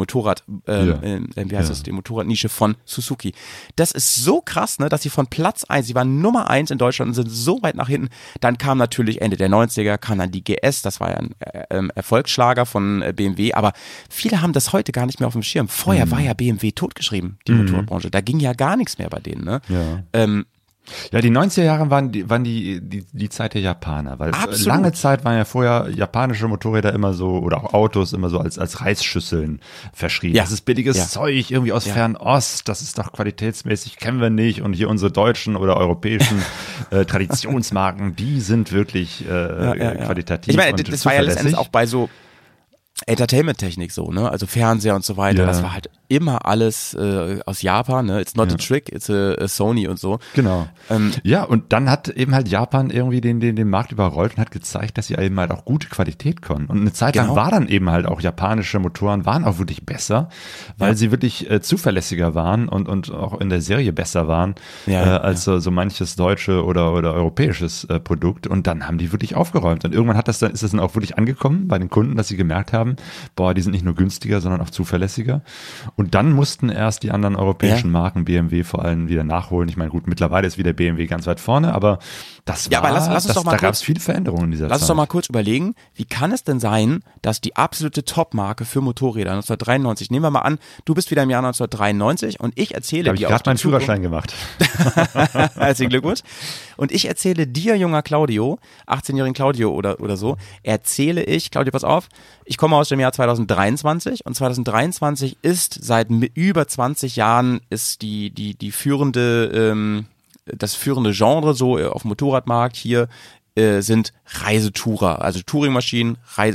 Speaker 3: die Motorradnische von Suzuki. Das ist so krass, ne, dass sie von Platz 1, sie waren Nummer 1 in Deutschland und sind so weit nach hinten. Dann kam natürlich Ende der 90er, kam dann die GS, das war ja ein Erfolgsschlager von BMW, aber viele haben das heute gar nicht mehr auf dem Schirm. Vorher war ja BMW totgeschrieben, die Motorradbranche. Da ging ja gar nichts mehr bei denen, ne?
Speaker 1: Ja. Ja, die 90er Jahre waren die Zeit der Japaner, weil lange Zeit waren ja vorher japanische Motorräder immer so, oder auch Autos immer so als Reisschüsseln verschrieben.
Speaker 3: Ja.
Speaker 1: Das ist billiges Zeug, irgendwie aus Fernost, das ist doch qualitätsmäßig, kennen wir nicht, und hier unsere deutschen oder europäischen Traditionsmarken, die sind wirklich qualitativ.
Speaker 3: Ich meine,
Speaker 1: und
Speaker 3: das war ja letztendlich auch bei so Entertainment-Technik so, ne? Also Fernseher und so weiter, das war halt immer alles aus Japan, ne? It's not a trick, it's a Sony und so.
Speaker 1: Genau. Ja, und dann hat eben halt Japan irgendwie den Markt überrollt und hat gezeigt, dass sie eben halt auch gute Qualität konnten. Und eine Zeit lang war dann eben halt auch japanische Motoren waren auch wirklich besser, weil sie wirklich zuverlässiger waren und auch in der Serie besser waren als so manches deutsche oder europäisches Produkt. Und dann haben die wirklich aufgeräumt. Und irgendwann ist das dann auch wirklich angekommen bei den Kunden, dass sie gemerkt haben, boah, die sind nicht nur günstiger, sondern auch zuverlässiger. Und dann mussten erst die anderen europäischen Marken, BMW vor allem, wieder nachholen. Ich meine, gut, mittlerweile ist wieder BMW ganz weit vorne, aber das war,
Speaker 3: aber lass uns doch mal
Speaker 1: da gab es viele Veränderungen in dieser Zeit.
Speaker 3: Lass uns doch mal kurz überlegen, wie kann es denn sein, dass die absolute Top-Marke für Motorräder 1993, nehmen wir mal an, du bist wieder im Jahr 1993 und ich erzähle dir,
Speaker 1: ich habe gerade meinen Führerschein gemacht.
Speaker 3: Herzlichen Glückwunsch. Und ich erzähle dir, junger Claudio, 18-jährigen Claudio oder so, Claudio, pass auf, ich komme aus dem Jahr 2023 und 2023 ist seit über 20 Jahren ist die führende, das führende Genre so auf dem Motorradmarkt hier sind Reisetourer, also Touringmaschinen,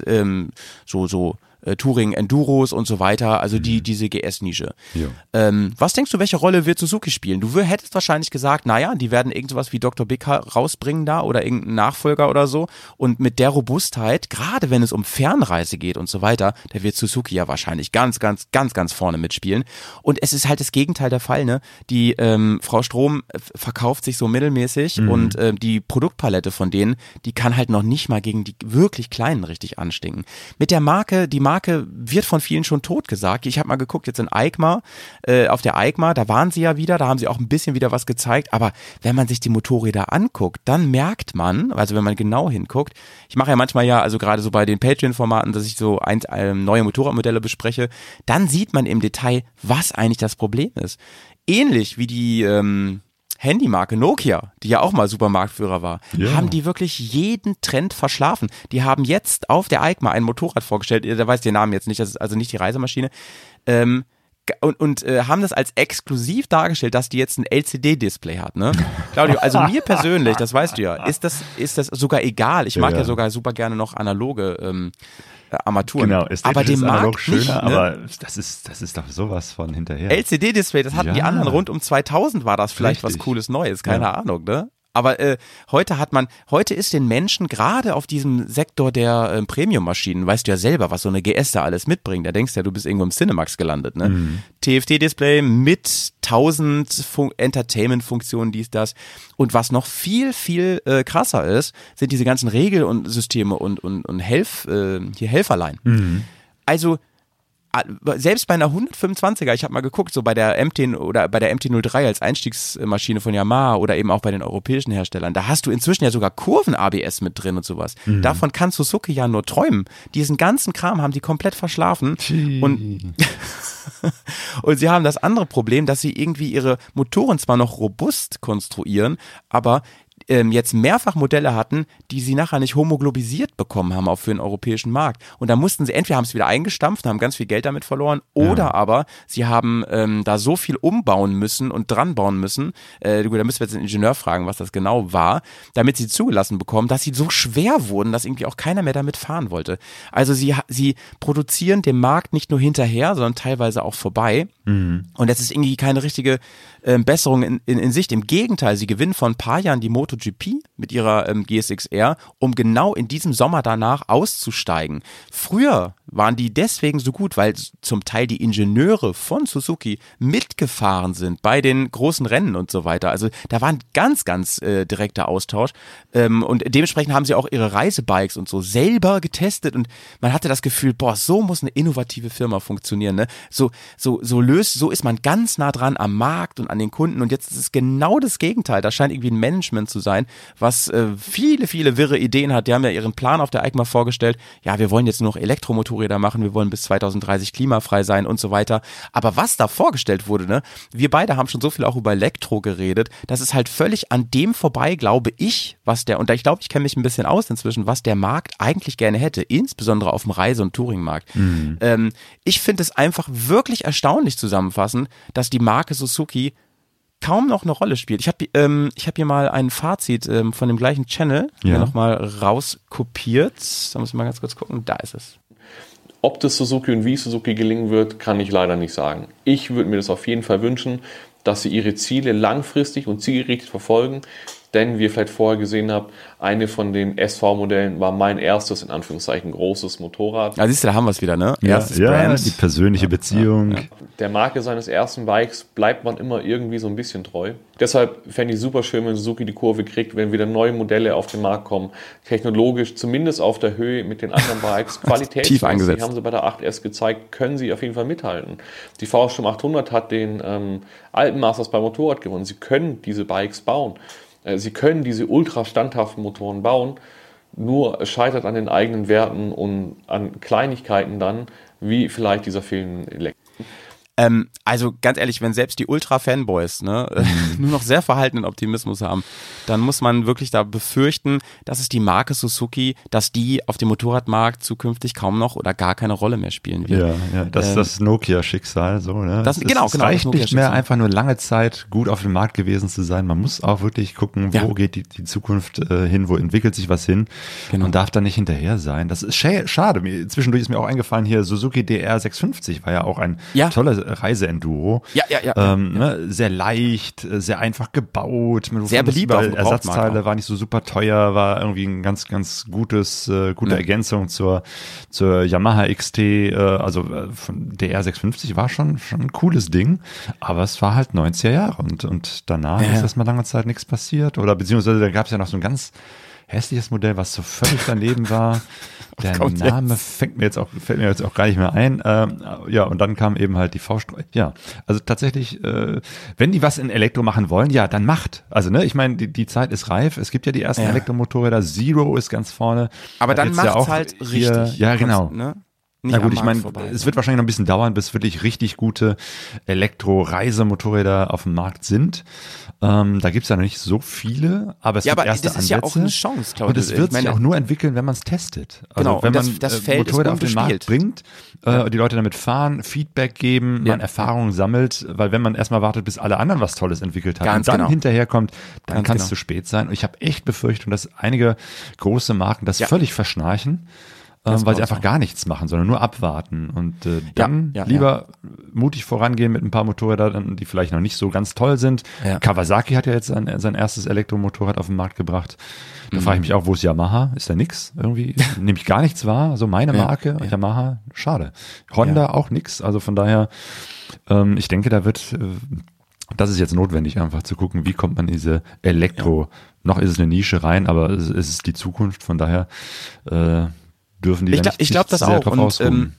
Speaker 3: Touring-Enduros und so weiter, also diese GS-Nische. Was denkst du, welche Rolle wird Suzuki spielen? Du hättest wahrscheinlich gesagt, naja, die werden irgendwas wie Dr. Big rausbringen da oder irgendeinen Nachfolger oder so, und mit der Robustheit, gerade wenn es um Fernreise geht und so weiter, da wird Suzuki ja wahrscheinlich ganz, ganz, ganz, ganz vorne mitspielen. Und es ist halt das Gegenteil der Fall, ne? Die Frau Strom verkauft sich so mittelmäßig und die Produktpalette von denen, die kann halt noch nicht mal gegen die wirklich Kleinen richtig anstinken. Mit der Marke, die Marke Marke wird von vielen schon totgesagt. Ich habe mal geguckt, jetzt in EICMA, auf der EICMA, da waren sie ja wieder, da haben sie auch ein bisschen wieder was gezeigt, aber wenn man sich die Motorräder anguckt, dann merkt man, also wenn man genau hinguckt, ich mache ja manchmal also gerade so bei den Patreon-Formaten, dass ich so neue Motorradmodelle bespreche, dann sieht man im Detail, was eigentlich das Problem ist. Ähnlich wie die Handymarke Nokia, die ja auch mal Supermarktführer war, haben die wirklich jeden Trend verschlafen. Die haben jetzt auf der EICMA ein Motorrad vorgestellt, der weiß den Namen jetzt nicht, das ist also nicht die Reisemaschine, und haben das als exklusiv dargestellt, dass die jetzt ein LCD-Display hat, ne? Claudio, also mir persönlich, das weißt du ja, ist das sogar egal. Ich mag ja sogar super gerne noch analoge Armaturen.
Speaker 1: Genau,
Speaker 3: aber dem Markt
Speaker 1: schöner,
Speaker 3: nicht, ne?
Speaker 1: aber das ist doch sowas von hinterher.
Speaker 3: LCD-Display, das hatten die anderen rund um 2000 war das vielleicht
Speaker 1: Richtig.
Speaker 3: was Cooles Neues, keine Ahnung, ne? Aber heute ist den Menschen gerade auf diesem Sektor der Premium-Maschinen, weißt du ja selber, was so eine GS da alles mitbringt. Da denkst du ja, du bist irgendwo im Cinemax gelandet, ne? TFT-Display mit 1000 Entertainment-Funktionen, dies, das. Und was noch viel, viel krasser ist, sind diese ganzen Regel- und Systeme und Helferlein. Also selbst bei einer 125er, ich habe mal geguckt, so bei der MT oder bei der MT-03 als Einstiegsmaschine von Yamaha oder eben auch bei den europäischen Herstellern, da hast du inzwischen ja sogar Kurven-ABS mit drin und sowas. Davon kann Suzuki ja nur träumen. Diesen ganzen Kram haben die komplett verschlafen. Und sie haben das andere Problem, dass sie irgendwie ihre Motoren zwar noch robust konstruieren, aber jetzt mehrfach Modelle hatten, die sie nachher nicht homoglobisiert bekommen haben, auch für den europäischen Markt. Und da mussten sie, entweder haben sie es wieder eingestampft und haben ganz viel Geld damit verloren, oder aber sie haben da so viel umbauen müssen und dran bauen müssen, da müssen wir jetzt den Ingenieur fragen, was das genau war, damit sie zugelassen bekommen, dass sie so schwer wurden, dass irgendwie auch keiner mehr damit fahren wollte. Also sie produzieren dem Markt nicht nur hinterher, sondern teilweise auch vorbei. Und das ist irgendwie keine richtige Besserung in Sicht. Im Gegenteil, sie gewinnen vor ein paar Jahren die MotoGP mit ihrer GSX-R, um genau in diesem Sommer danach auszusteigen. Früher waren die deswegen so gut, weil zum Teil die Ingenieure von Suzuki mitgefahren sind bei den großen Rennen und so weiter. Also da war ein ganz, ganz direkter Austausch. Und dementsprechend haben sie auch ihre Reisebikes und so selber getestet und man hatte das Gefühl, boah, so muss eine innovative Firma funktionieren, ne? So ist man ganz nah dran am Markt und an den Kunden und jetzt ist es genau das Gegenteil. Da scheint irgendwie ein Management zu sein, was viele, viele wirre Ideen hat. Die haben ja ihren Plan auf der EICMA vorgestellt. Ja, wir wollen jetzt nur noch Elektromotorräder machen, wir wollen bis 2030 klimafrei sein und so weiter. Aber was da vorgestellt wurde, ne? Wir beide haben schon so viel auch über Elektro geredet. Das ist halt völlig an dem vorbei, glaube ich, und ich glaube, ich kenne mich ein bisschen aus inzwischen, was der Markt eigentlich gerne hätte, insbesondere auf dem Reise- und Touringmarkt. Ich finde es einfach wirklich erstaunlich zusammenfassend, dass die Marke Suzuki kaum noch eine Rolle spielt. Ich hab hier mal ein Fazit von dem gleichen Channel nochmal rauskopiert. Da muss ich mal ganz kurz gucken. Da ist es.
Speaker 5: Ob das Suzuki und wie Suzuki gelingen wird, kann ich leider nicht sagen. Ich würde mir das auf jeden Fall wünschen, dass sie ihre Ziele langfristig und zielgerichtet verfolgen. Denn, wie ihr vielleicht vorher gesehen habt, eine von den SV-Modellen war mein erstes, in Anführungszeichen, großes Motorrad.
Speaker 3: Ah, siehst du, da haben wir es wieder, ne?
Speaker 1: Erstes Brand. Die persönliche Beziehung.
Speaker 5: Der Marke seines ersten Bikes bleibt man immer irgendwie so ein bisschen treu. Deshalb fände ich super schön, wenn Suzuki die Kurve kriegt, wenn wieder neue Modelle auf den Markt kommen. Technologisch, zumindest auf der Höhe mit den anderen Bikes. Qualität,
Speaker 3: tief eingesetzt.
Speaker 5: Die haben sie bei der 8S gezeigt, können sie auf jeden Fall mithalten. Die VSTOM 800 hat den Alpenmasters bei Motorrad gewonnen. Sie können diese Bikes bauen. Sie können diese ultra standhaften Motoren bauen, nur es scheitert an den eigenen Werten und an Kleinigkeiten dann, wie vielleicht dieser fehlenden Elektro.
Speaker 3: Also ganz ehrlich, wenn selbst die Ultra-Fanboys nur noch sehr verhaltenen Optimismus haben, dann muss man wirklich da befürchten, dass es die Marke Suzuki, dass die auf dem Motorradmarkt zukünftig kaum noch oder gar keine Rolle mehr spielen wird.
Speaker 1: Ja, das ist das Nokia-Schicksal. So, ne?
Speaker 3: Genau.
Speaker 1: Es reicht nicht mehr, einfach nur lange Zeit gut auf dem Markt gewesen zu sein. Man muss auch wirklich gucken, wo geht die Zukunft hin, wo entwickelt sich was hin und darf da nicht hinterher sein. Das ist schade. Zwischendurch ist mir auch eingefallen hier, Suzuki DR 650 war ja auch ein toller Reise-Enduro. Sehr leicht, sehr einfach gebaut.
Speaker 3: Sehr beliebt.
Speaker 1: Ersatzteile, war nicht so super teuer, war irgendwie ein ganz, ganz gute Ergänzung zur Yamaha XT. Von DR 650 war schon ein cooles Ding, aber es war halt 90er Jahre und danach ist erstmal lange Zeit nichts passiert. Oder beziehungsweise da gab es ja noch so ein ganz hässliches Modell, was so völlig daneben war. Der Name fällt mir jetzt auch gar nicht mehr ein. Ja, und dann kam eben halt die V-Sträucher. Ja, also tatsächlich, wenn die was in Elektro machen wollen, ja, dann macht. Also, ne, ich meine, die Zeit ist reif. Es gibt ja die ersten Elektromotorräder. Zero ist ganz vorne.
Speaker 3: Aber dann macht's ja halt richtig.
Speaker 1: Ja, genau.
Speaker 3: Ne?
Speaker 1: Na gut, ich meine, es wird wahrscheinlich noch ein bisschen dauern, bis wirklich richtig gute Elektro-Reisemotorräder auf dem Markt sind. Da gibt's ja noch nicht so viele, aber es gibt erste Ansätze. Ja, aber das ist ja auch eine Chance, glaube ich. Und es wird sich auch nur entwickeln, wenn man es testet. Also
Speaker 3: genau,
Speaker 1: wenn man
Speaker 3: das Feld
Speaker 1: Motorräder auf den Markt bringt, die Leute damit fahren, Feedback geben, man Erfahrungen sammelt, weil wenn man erstmal wartet, bis alle anderen was Tolles entwickelt haben und dann hinterherkommt, dann kann es zu spät sein. Und ich habe echt Befürchtung, dass einige große Marken das völlig verschnarchen. Weil sie einfach gar nichts machen, sondern nur abwarten und dann lieber mutig vorangehen mit ein paar Motorrädern, die vielleicht noch nicht so ganz toll sind. Ja. Kawasaki hat ja jetzt sein erstes Elektromotorrad auf den Markt gebracht. Da frage ich mich auch, wo ist Yamaha? Ist da nix? Irgendwie nehme ich gar nichts wahr. Also meine Marke, Yamaha, schade. Honda auch nix. Also von daher, ich denke, das ist jetzt notwendig, einfach zu gucken, wie kommt man in diese noch ist es eine Nische rein, aber es ist die Zukunft, von daher dürfen die
Speaker 3: ich glaube das auch und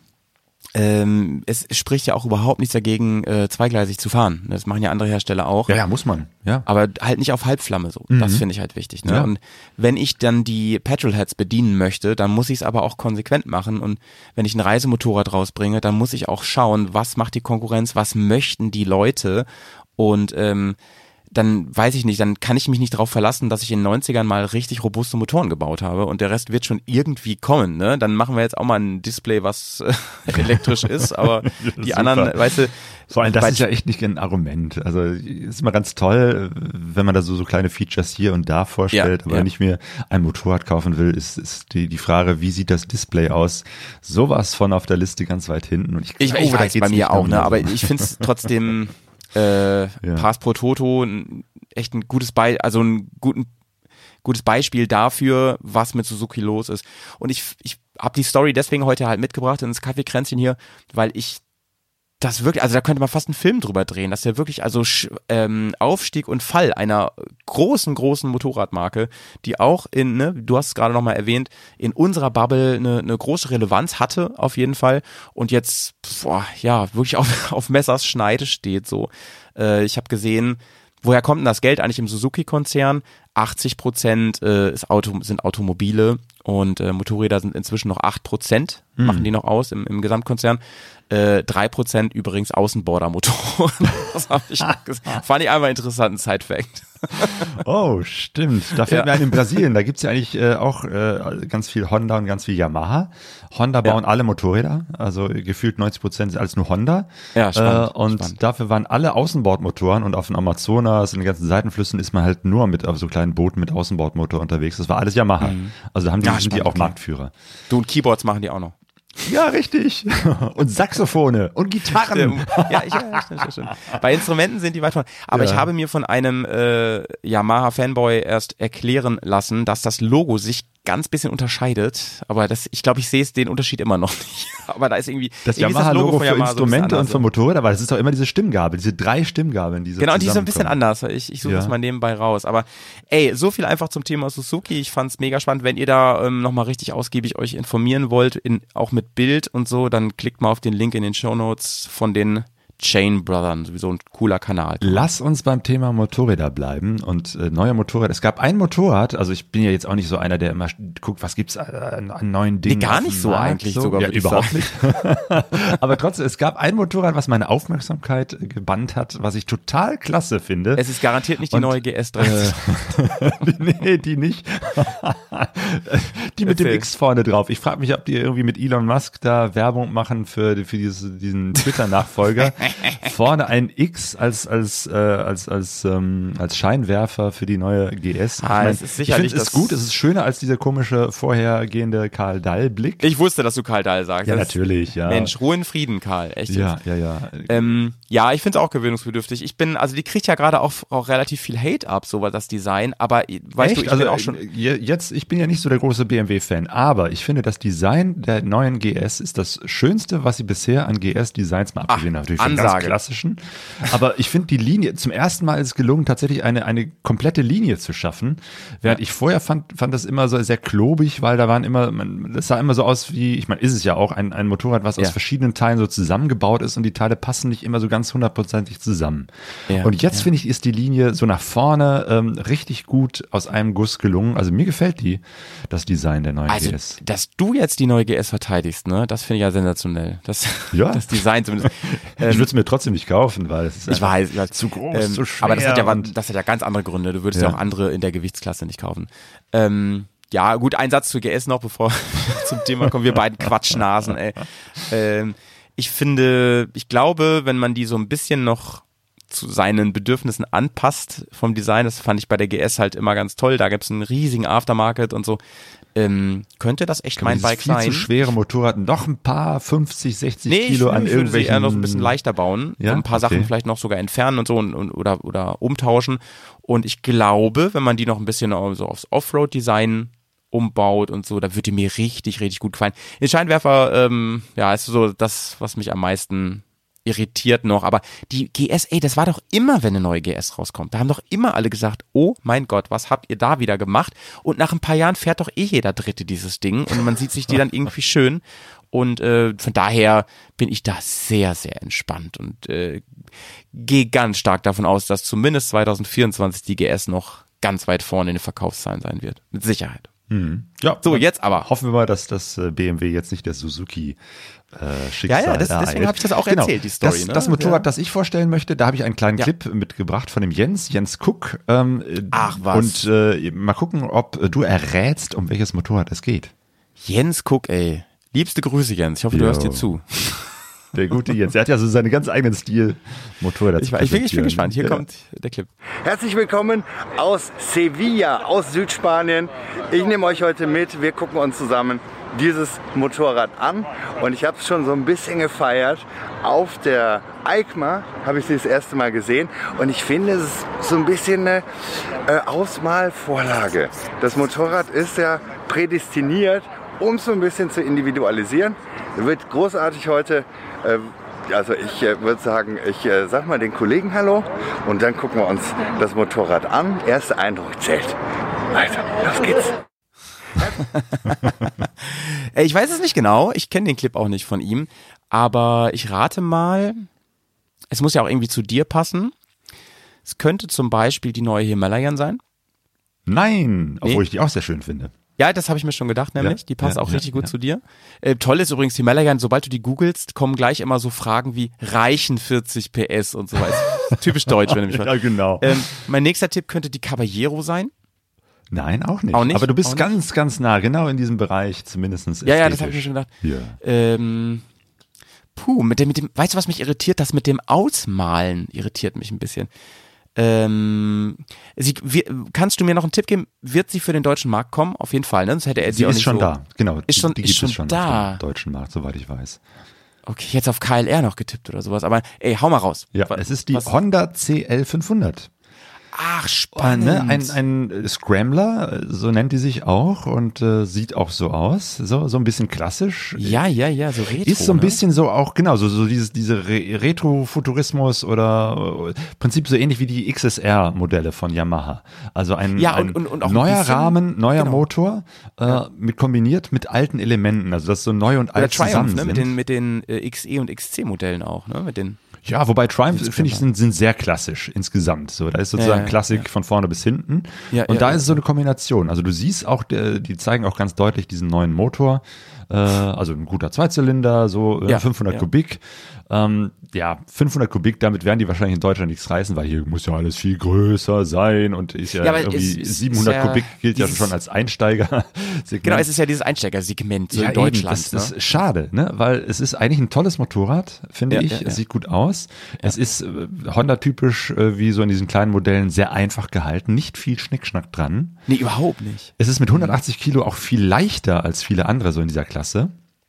Speaker 3: es spricht ja auch überhaupt nichts dagegen, zweigleisig zu fahren. Das machen ja andere Hersteller auch.
Speaker 1: Ja, muss man. Ja.
Speaker 3: Aber halt nicht auf Halbflamme so. Das finde ich halt wichtig. Ne? Ja. Und wenn ich dann die Petrolheads bedienen möchte, dann muss ich es aber auch konsequent machen. Und wenn ich ein Reisemotorrad rausbringe, dann muss ich auch schauen, was macht die Konkurrenz, was möchten die Leute und dann weiß ich nicht, dann kann ich mich nicht darauf verlassen, dass ich in den 90ern mal richtig robuste Motoren gebaut habe und der Rest wird schon irgendwie kommen, ne? Dann machen wir jetzt auch mal ein Display, was elektrisch ist, aber die anderen, weißt du.
Speaker 1: Vor allem, das ist ja echt nicht ein Argument. Also, ist immer ganz toll, wenn man da so kleine Features hier und da vorstellt, aber wenn ich mir ein Motorrad kaufen will, ist die Frage, wie sieht das Display aus? Sowas von auf der Liste ganz weit hinten und ich
Speaker 3: weiß bei mir auch, ne? Aber ich finde es trotzdem Pass pro Toto echt ein gutes gutes Beispiel dafür, was mit Suzuki los ist. Und ich habe die Story deswegen heute halt mitgebracht ins Kaffeekränzchen hier, weil ich das wirklich, also da könnte man fast einen Film drüber drehen, dass der wirklich also Aufstieg und Fall einer großen Motorradmarke, die auch du hast es gerade nochmal erwähnt, in unserer Bubble eine große Relevanz hatte auf jeden Fall und jetzt wirklich auf Messers Schneide steht so. Ich habe gesehen, woher kommt denn das Geld eigentlich im Suzuki-Konzern? 80% sind Automobile und Motorräder sind inzwischen noch 8%, machen die noch aus im Gesamtkonzern. 3% übrigens Außenbordermotoren. Das fand ich einfach interessanten Side-Fact.
Speaker 1: Oh, stimmt. Da fällt mir ein, in Brasilien, da gibt's ja eigentlich auch ganz viel Honda und ganz viel Yamaha. Honda bauen alle Motorräder, also gefühlt 90% ist alles nur Honda. Ja, spannend. Dafür waren alle Außenbordmotoren und auf den Amazonas und den ganzen Seitenflüssen ist man halt nur auf so kleinen Booten mit Außenbordmotor unterwegs. Das war alles Yamaha. Also da sind die auch Marktführer.
Speaker 3: Du, und Keyboards machen die auch noch.
Speaker 1: Ja, richtig. Und Saxophone und Gitarren.
Speaker 3: Stimmt. Bei Instrumenten sind die weit von. Aber ich habe mir von einem Yamaha-Fanboy erst erklären lassen, dass das Logo sich ganz bisschen unterscheidet, aber ich glaube, ich sehe den Unterschied immer noch nicht. Aber da ist irgendwie
Speaker 1: das Yamaha-Logo für Yamaha Instrumente so und für Motorräder, aber das ist doch immer diese Stimmgabel, diese 3 Stimmgabeln, die so
Speaker 3: genau, und die ist ein bisschen anders. Ich suche das mal nebenbei raus. Aber so viel einfach zum Thema Suzuki. Ich fand's mega spannend. Wenn ihr da nochmal richtig ausgiebig euch informieren wollt, auch mit Bild und so, dann klickt mal auf den Link in den Shownotes von den Chain Brothers, sowieso ein cooler Kanal.
Speaker 1: Lass uns beim Thema Motorräder bleiben und neue Motorräder. Es gab ein Motorrad, also ich bin ja jetzt auch nicht so einer, der immer guckt, was gibt's an neuen Dingen.
Speaker 3: Nee, gar nicht so Markt, eigentlich sogar.
Speaker 1: Ja, überhaupt nicht. Aber trotzdem, es gab ein Motorrad, was meine Aufmerksamkeit gebannt hat, was ich total klasse finde.
Speaker 3: Es ist garantiert nicht die neue GS3.
Speaker 1: Nee, die nicht. Die mit dem X vorne drauf. Ich frage mich, ob die irgendwie mit Elon Musk da Werbung machen für diesen Twitter-Nachfolger. Vorne ein X als Scheinwerfer für die neue GS.
Speaker 3: Es ist sicherlich,
Speaker 1: ich finde es gut, es ist schöner als dieser komische vorhergehende Karl Dall-Blick.
Speaker 3: Ich wusste, dass du Karl Dall sagst.
Speaker 1: Ja, natürlich, ja.
Speaker 3: Mensch, Ruhe in Frieden, Karl, echt jetzt.
Speaker 1: Ja.
Speaker 3: Ich finde es auch gewöhnungsbedürftig. Die kriegt ja gerade auch relativ viel Hate ab, so das Design, aber weißt du, ich bin auch schon...
Speaker 1: Ich bin ja nicht so der große BMW-Fan, aber ich finde, das Design der neuen GS ist das Schönste, was sie bisher an GS-Designs mal abgesehen haben. Natürlich
Speaker 3: Ansage.
Speaker 1: Klassischen. Aber ich finde die Linie, zum ersten Mal ist es gelungen, tatsächlich eine komplette Linie zu schaffen. Während ich vorher fand das immer so sehr klobig, weil da waren immer, das sah immer so aus wie, ich meine, ist es ja auch ein Motorrad, was aus verschiedenen Teilen so zusammengebaut ist und die Teile passen nicht immer so ganz hundertprozentig zusammen.
Speaker 3: Ja,
Speaker 1: und jetzt finde ich, ist die Linie so nach vorne richtig gut aus einem Guss gelungen. Also mir gefällt das Design der neuen GS.
Speaker 3: Dass du jetzt die neue GS verteidigst, ne, das finde ich ja sensationell. Das Design zumindest.
Speaker 1: Ich würde es mir trotzdem nicht kaufen, weil es ist zu groß, zu schwer.
Speaker 3: Aber das hat ja ganz andere Gründe. Du würdest ja auch andere in der Gewichtsklasse nicht kaufen. Ja, gut, ein Satz zur GS noch, bevor wir zum Thema kommen. Wir beiden Quatschnasen, ey. Ich glaube, wenn man die so ein bisschen noch zu seinen Bedürfnissen anpasst vom Design, das fand ich bei der GS halt immer ganz toll. Da gibt's einen riesigen Aftermarket und so. Könnte das echt mein Bike sein?
Speaker 1: Viel zu schwere Motorrad, noch ein paar 50, 60 Kilo an
Speaker 3: irgendwelchen... Ich würde sie eher noch ein bisschen leichter bauen, so ein paar Sachen vielleicht noch sogar entfernen und so oder umtauschen. Und ich glaube, wenn man die noch ein bisschen so aufs Offroad-Design umbaut und so, da würde die mir richtig, richtig gut gefallen. Den Scheinwerfer, ist so das, was mich am meisten irritiert noch, aber die GS, das war doch immer, wenn eine neue GS rauskommt, da haben doch immer alle gesagt, oh mein Gott, was habt ihr da wieder gemacht? Und nach ein paar Jahren fährt doch jeder Dritte dieses Ding und man sieht sich die dann irgendwie schön und von daher bin ich da sehr, sehr entspannt und gehe ganz stark davon aus, dass zumindest 2024 die GS noch ganz weit vorne in den Verkaufszahlen sein wird, mit Sicherheit.
Speaker 1: Ja,
Speaker 3: so, jetzt aber.
Speaker 1: Hoffen wir mal, dass das BMW jetzt nicht der Suzuki Schicksal
Speaker 3: deswegen habe ich das auch erzählt, die Story.
Speaker 1: Das Motorrad, das ich vorstellen möchte, da habe ich einen kleinen Clip mitgebracht von dem Jens Cook.
Speaker 3: Ach was.
Speaker 1: Und mal gucken, ob du errätst, um welches Motorrad es geht.
Speaker 3: Jens Cook, ey. Liebste Grüße, Jens. Ich hoffe, du hörst dir zu.
Speaker 1: Der gute Jens. Er hat ja so seinen ganz eigenen Stil Motorrad.
Speaker 3: Ich bin gespannt. Hier kommt der Clip.
Speaker 6: Herzlich willkommen aus Sevilla, aus Südspanien. Ich nehme euch heute mit. Wir gucken uns zusammen dieses Motorrad an. Und ich habe es schon so ein bisschen gefeiert. Auf der EICMA habe ich sie das erste Mal gesehen. Und ich finde, es ist so ein bisschen eine Ausmalvorlage. Das Motorrad ist ja prädestiniert, um es so ein bisschen zu individualisieren. Wird großartig heute. Also ich würde sagen, ich sag mal den Kollegen Hallo und dann gucken wir uns das Motorrad an. Erster Eindruck zählt. Also, los geht's.
Speaker 3: Ich weiß es nicht genau, ich kenne den Clip auch nicht von ihm, aber ich rate mal, es muss ja auch irgendwie zu dir passen. Es könnte zum Beispiel die neue Himalayan sein.
Speaker 1: Nein, obwohl ich die auch sehr schön finde.
Speaker 3: Ja, das habe ich mir schon gedacht, nämlich.
Speaker 1: Ja,
Speaker 3: die passt auch richtig gut zu dir. Toll ist übrigens, Himalayan, sobald du die googelst, kommen gleich immer so Fragen wie reichen 40 PS und so weiter. Typisch deutsch, wenn du mich fragst.
Speaker 1: Ja, genau.
Speaker 3: Mein nächster Tipp könnte die Caballero sein.
Speaker 1: Nein, auch nicht.
Speaker 3: Auch nicht?
Speaker 1: Aber du bist ganz, ganz nah, genau in diesem Bereich, zumindest ästhetisch.
Speaker 3: Ja, das habe ich mir schon gedacht.
Speaker 1: Ja.
Speaker 3: Mit dem, weißt du, was mich irritiert? Das mit dem Ausmalen irritiert mich ein bisschen. Kannst du mir noch einen Tipp geben? Wird sie für den deutschen Markt kommen? Auf jeden Fall, ne? Sonst hätte er sie auch
Speaker 1: ist
Speaker 3: nicht
Speaker 1: schon
Speaker 3: so
Speaker 1: da, genau.
Speaker 3: Die gibt es schon da.
Speaker 1: Auf dem deutschen Markt, soweit ich weiß.
Speaker 3: Okay, ich hätte auf KLR noch getippt oder sowas, aber hau mal raus.
Speaker 1: Ja, es ist die Honda CL500.
Speaker 3: Ach, spannend.
Speaker 1: Ein Scrambler, so nennt die sich auch und sieht auch so aus, so ein bisschen klassisch.
Speaker 3: Ja, so retro.
Speaker 1: Ist so ein bisschen so auch, genau, so diese Retro-Futurismus oder Prinzip so ähnlich wie die XSR-Modelle von Yamaha. Also ein
Speaker 3: auch
Speaker 1: neuer
Speaker 3: bisschen,
Speaker 1: Rahmen, neuer Motor, kombiniert mit alten Elementen, also das so neu und alt zusammen
Speaker 3: ne?
Speaker 1: sind.
Speaker 3: Mit den XE und XC-Modellen auch, ne? Mit den
Speaker 1: Ja, wobei Triumph, finde ich, sind sehr klassisch insgesamt. So, da ist sozusagen Klassik von vorne bis hinten. Und da ist es so eine Kombination. Also du siehst auch, die zeigen auch ganz deutlich diesen neuen Motor. Also ein guter Zweizylinder, so 500 Kubik. 500 Kubik, damit werden die wahrscheinlich in Deutschland nichts reißen, weil hier muss ja alles viel größer sein und ist ja irgendwie 700 Kubik gilt ja schon als Einsteiger.
Speaker 3: Genau, es ist ja dieses Einsteigersegment so in Deutschland.
Speaker 1: Eben, das ist schade, ne? Weil es ist eigentlich ein tolles Motorrad, finde ich. Es sieht gut aus. Es ist Honda-typisch, wie so in diesen kleinen Modellen, sehr einfach gehalten. Nicht viel Schnickschnack dran.
Speaker 3: Nee, überhaupt nicht.
Speaker 1: Es ist mit 180 Kilo auch viel leichter als viele andere so in dieser Klasse.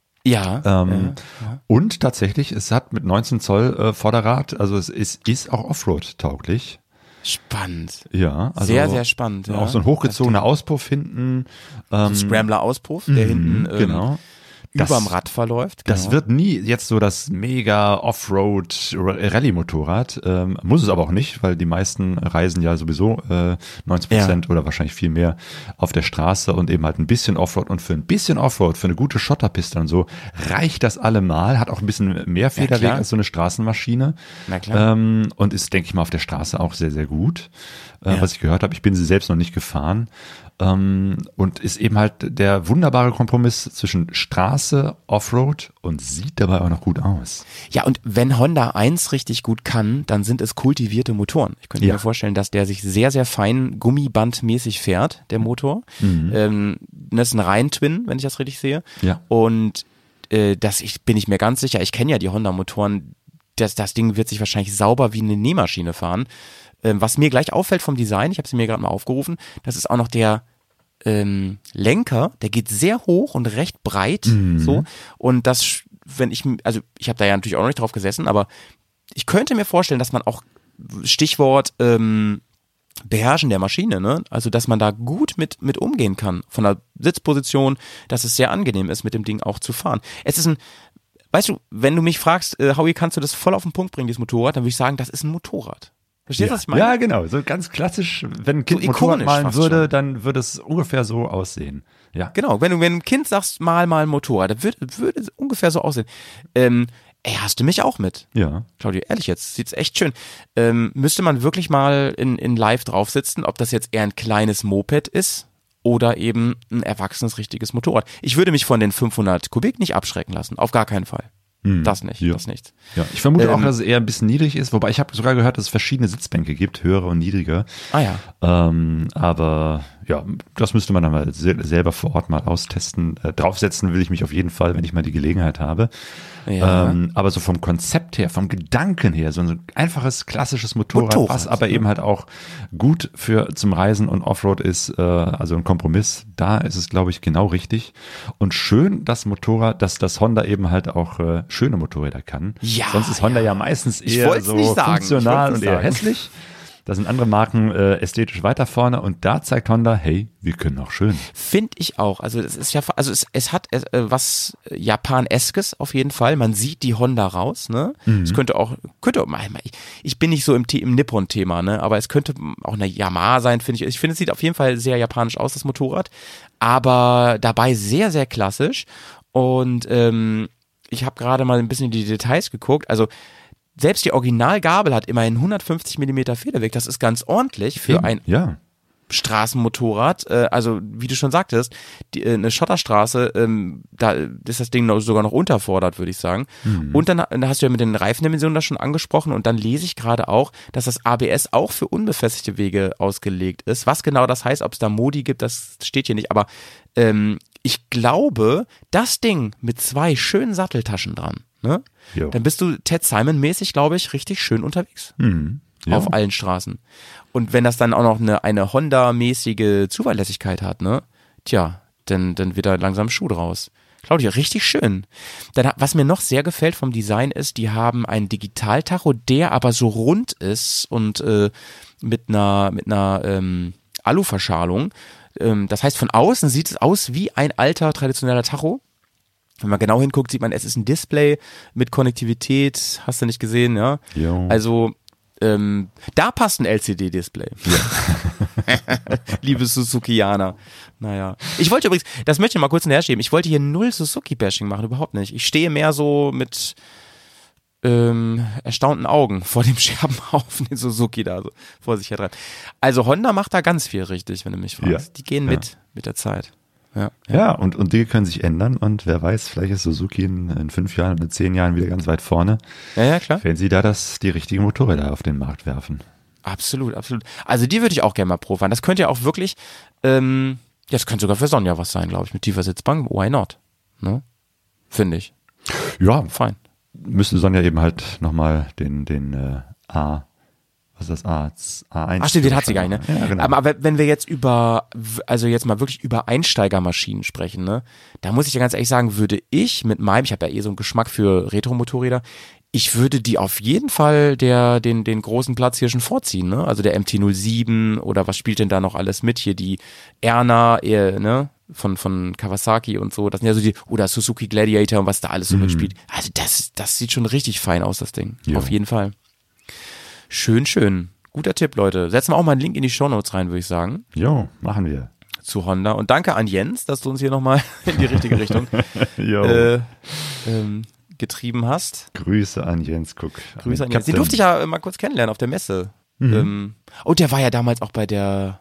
Speaker 1: Und tatsächlich, es hat mit 19 Zoll Vorderrad, also es ist auch Offroad-tauglich.
Speaker 3: Spannend.
Speaker 1: Ja, also
Speaker 3: sehr, sehr spannend.
Speaker 1: Auch so ein hochgezogener Auspuff hinten.
Speaker 3: So ein Scrambler-Auspuff, der hinten
Speaker 1: genau.
Speaker 3: überm Rad verläuft.
Speaker 1: Das wird nie jetzt so das mega Offroad-Rallye-Motorrad. Muss es aber auch nicht, weil die meisten reisen ja sowieso 90% oder wahrscheinlich viel mehr auf der Straße und eben halt ein bisschen Offroad. Und für ein bisschen Offroad, für eine gute Schotterpiste und so, reicht das allemal. Hat auch ein bisschen mehr Federweg als so eine Straßenmaschine.
Speaker 3: Na klar.
Speaker 1: Und ist, denke ich mal, auf der Straße auch sehr, sehr gut. Was ich gehört habe. Ich bin sie selbst noch nicht gefahren. Und ist eben halt der wunderbare Kompromiss zwischen Straße, Offroad und sieht dabei auch noch gut aus.
Speaker 3: Ja, und wenn Honda 1 richtig gut kann, dann sind es kultivierte Motoren. Ich könnte mir vorstellen, dass der sich sehr, sehr fein gummibandmäßig fährt, der Motor. Das ist ein Reihentwin, wenn ich das richtig sehe.
Speaker 1: Ja.
Speaker 3: Und bin ich mir ganz sicher, ich kenne ja die Honda-Motoren, das Ding wird sich wahrscheinlich sauber wie eine Nähmaschine fahren. Was mir gleich auffällt vom Design, ich habe sie mir gerade mal aufgerufen, das ist auch noch der Lenker, der geht sehr hoch und recht breit, so. Und das, ich habe da ja natürlich auch noch nicht drauf gesessen, aber ich könnte mir vorstellen, dass man auch, Stichwort Beherrschen der Maschine, ne? Also, dass man da gut mit umgehen kann, von der Sitzposition, dass es sehr angenehm ist, mit dem Ding auch zu fahren. Es ist weißt du, wenn du mich fragst, Howie, kannst du das voll auf den Punkt bringen, dieses Motorrad, dann würde ich sagen, das ist ein Motorrad. Verstehst du, was ich meine?
Speaker 1: Ja, genau. So ganz klassisch, wenn ein Kind so Motorrad malen würde, dann würde es ungefähr so aussehen. Ja.
Speaker 3: Genau, wenn du ein Kind sagst, mal ein Motorrad, dann würde es ungefähr so aussehen. Hast du mich auch mit?
Speaker 1: Ja.
Speaker 3: Claudio, ehrlich jetzt, sieht's echt schön. Müsste man wirklich mal in live drauf sitzen, ob das jetzt eher ein kleines Moped ist oder eben ein erwachsenes, richtiges Motorrad. Ich würde mich von den 500 Kubik nicht abschrecken lassen, auf gar keinen Fall. Das nicht. Ja,
Speaker 1: ich vermute auch, dass es eher ein bisschen niedrig ist, wobei ich habe sogar gehört, dass es verschiedene Sitzbänke gibt, höhere und niedrige. Aber ja, das müsste man dann mal selber vor Ort mal austesten. Draufsetzen will ich mich auf jeden Fall, wenn ich mal die Gelegenheit habe. Ja. Aber so vom Konzept her, vom Gedanken her, so ein einfaches, klassisches Motorrad, was aber eben halt auch gut zum Reisen und Offroad ist, also ein Kompromiss, da ist es, glaube ich, genau richtig. Und schön, das Motorrad, dass das Honda eben halt auch schöne Motorräder kann.
Speaker 3: Ja,
Speaker 1: sonst ist Honda ja meistens eher so funktional und eher hässlich. Da sind andere Marken ästhetisch weiter vorne und da zeigt Honda, hey, wir können auch schön.
Speaker 3: Finde ich auch. Also das ist ja, also es hat was Japan-eskes auf jeden Fall. Man sieht die Honda raus, ne? Es könnte ich bin nicht so im Nippon-Thema, ne? Aber es könnte auch eine Yamaha sein, finde ich. Ich finde, es sieht auf jeden Fall sehr japanisch aus, das Motorrad. Aber dabei sehr, sehr klassisch. Und ich habe gerade mal ein bisschen in die Details geguckt. Also selbst die Originalgabel hat immerhin 150 mm Federweg. Das ist ganz ordentlich für ein Straßenmotorrad. Also wie du schon sagtest, eine Schotterstraße, da ist das Ding sogar noch unterfordert, würde ich sagen. Und dann hast du ja mit den Reifendimensionen das schon angesprochen. Und dann lese ich gerade auch, dass das ABS auch für unbefestigte Wege ausgelegt ist. Was genau das heißt, ob es da Modi gibt, das steht hier nicht. Aber ich glaube, das Ding mit 2 schönen Satteltaschen dran, ne? Dann bist du Ted Simon-mäßig, glaube ich, richtig schön unterwegs. Auf allen Straßen. Und wenn das dann auch noch eine Honda-mäßige Zuverlässigkeit hat, ne? Tja, dann wird da langsam Schuh draus. Claudia, richtig schön. Dann, was mir noch sehr gefällt vom Design ist, die haben einen Digitaltacho, der aber so rund ist und mit einer Aluverschalung. Das heißt, von außen sieht es aus wie ein alter, traditioneller Tacho. Wenn man genau hinguckt, sieht man, es ist ein Display mit Konnektivität, hast du nicht gesehen, ja? Jo. Also, da passt ein LCD-Display. Ja. Liebe Suzukianer. Naja. Ich wollte übrigens, das möchte ich mal kurz hinterher schieben, ich wollte hier null Suzuki-Bashing machen, überhaupt nicht. Ich stehe mehr so mit erstaunten Augen vor dem Scherbenhaufen, den Suzuki da so vor sich her treibt. Also Honda macht da ganz viel richtig, wenn du mich fragst. Die gehen mit der Zeit. Ja,
Speaker 1: und Dinge können sich ändern und wer weiß, vielleicht ist Suzuki in 5 Jahren oder 10 Jahren wieder ganz weit vorne.
Speaker 3: Ja, klar.
Speaker 1: Wenn sie da die richtigen Motorräder auf den Markt werfen.
Speaker 3: Absolut. Also die würde ich auch gerne mal profahren. Das könnte ja auch wirklich, das könnte sogar für Sonja was sein, glaube ich, mit tiefer Sitzbank. Why not? Ne? Finde ich.
Speaker 1: Ja,
Speaker 3: fein.
Speaker 1: Müsste Sonja eben halt nochmal den was ist das? A1.
Speaker 3: Ach stimmt, den hat sie gar nicht, ne?
Speaker 1: Ja, genau.
Speaker 3: Aber wenn wir jetzt jetzt mal wirklich über Einsteigermaschinen sprechen, ne? Da muss ich ja ganz ehrlich sagen, würde ich mit ich habe ja so einen Geschmack für Retro-Motorräder, ich würde die auf jeden Fall den großen Platz hier schon vorziehen, ne? Also der MT-07 oder was spielt denn da noch alles mit? Hier die Erna, ne? von Kawasaki und so. Das sind ja so oder Suzuki Gladiator und was da alles so mitspielt. Also das sieht schon richtig fein aus, das Ding. Jo. Auf jeden Fall. Schön. Guter Tipp, Leute. Setzen wir auch mal einen Link in die Shownotes rein, würde ich sagen.
Speaker 1: Jo, machen wir.
Speaker 3: Zu Honda. Und danke an Jens, dass du uns hier nochmal in die richtige Richtung getrieben hast.
Speaker 1: Grüße an Jens Cook.
Speaker 3: Grüße an Jens. Den durfte ich ja mal kurz kennenlernen auf der Messe. Der war ja damals auch bei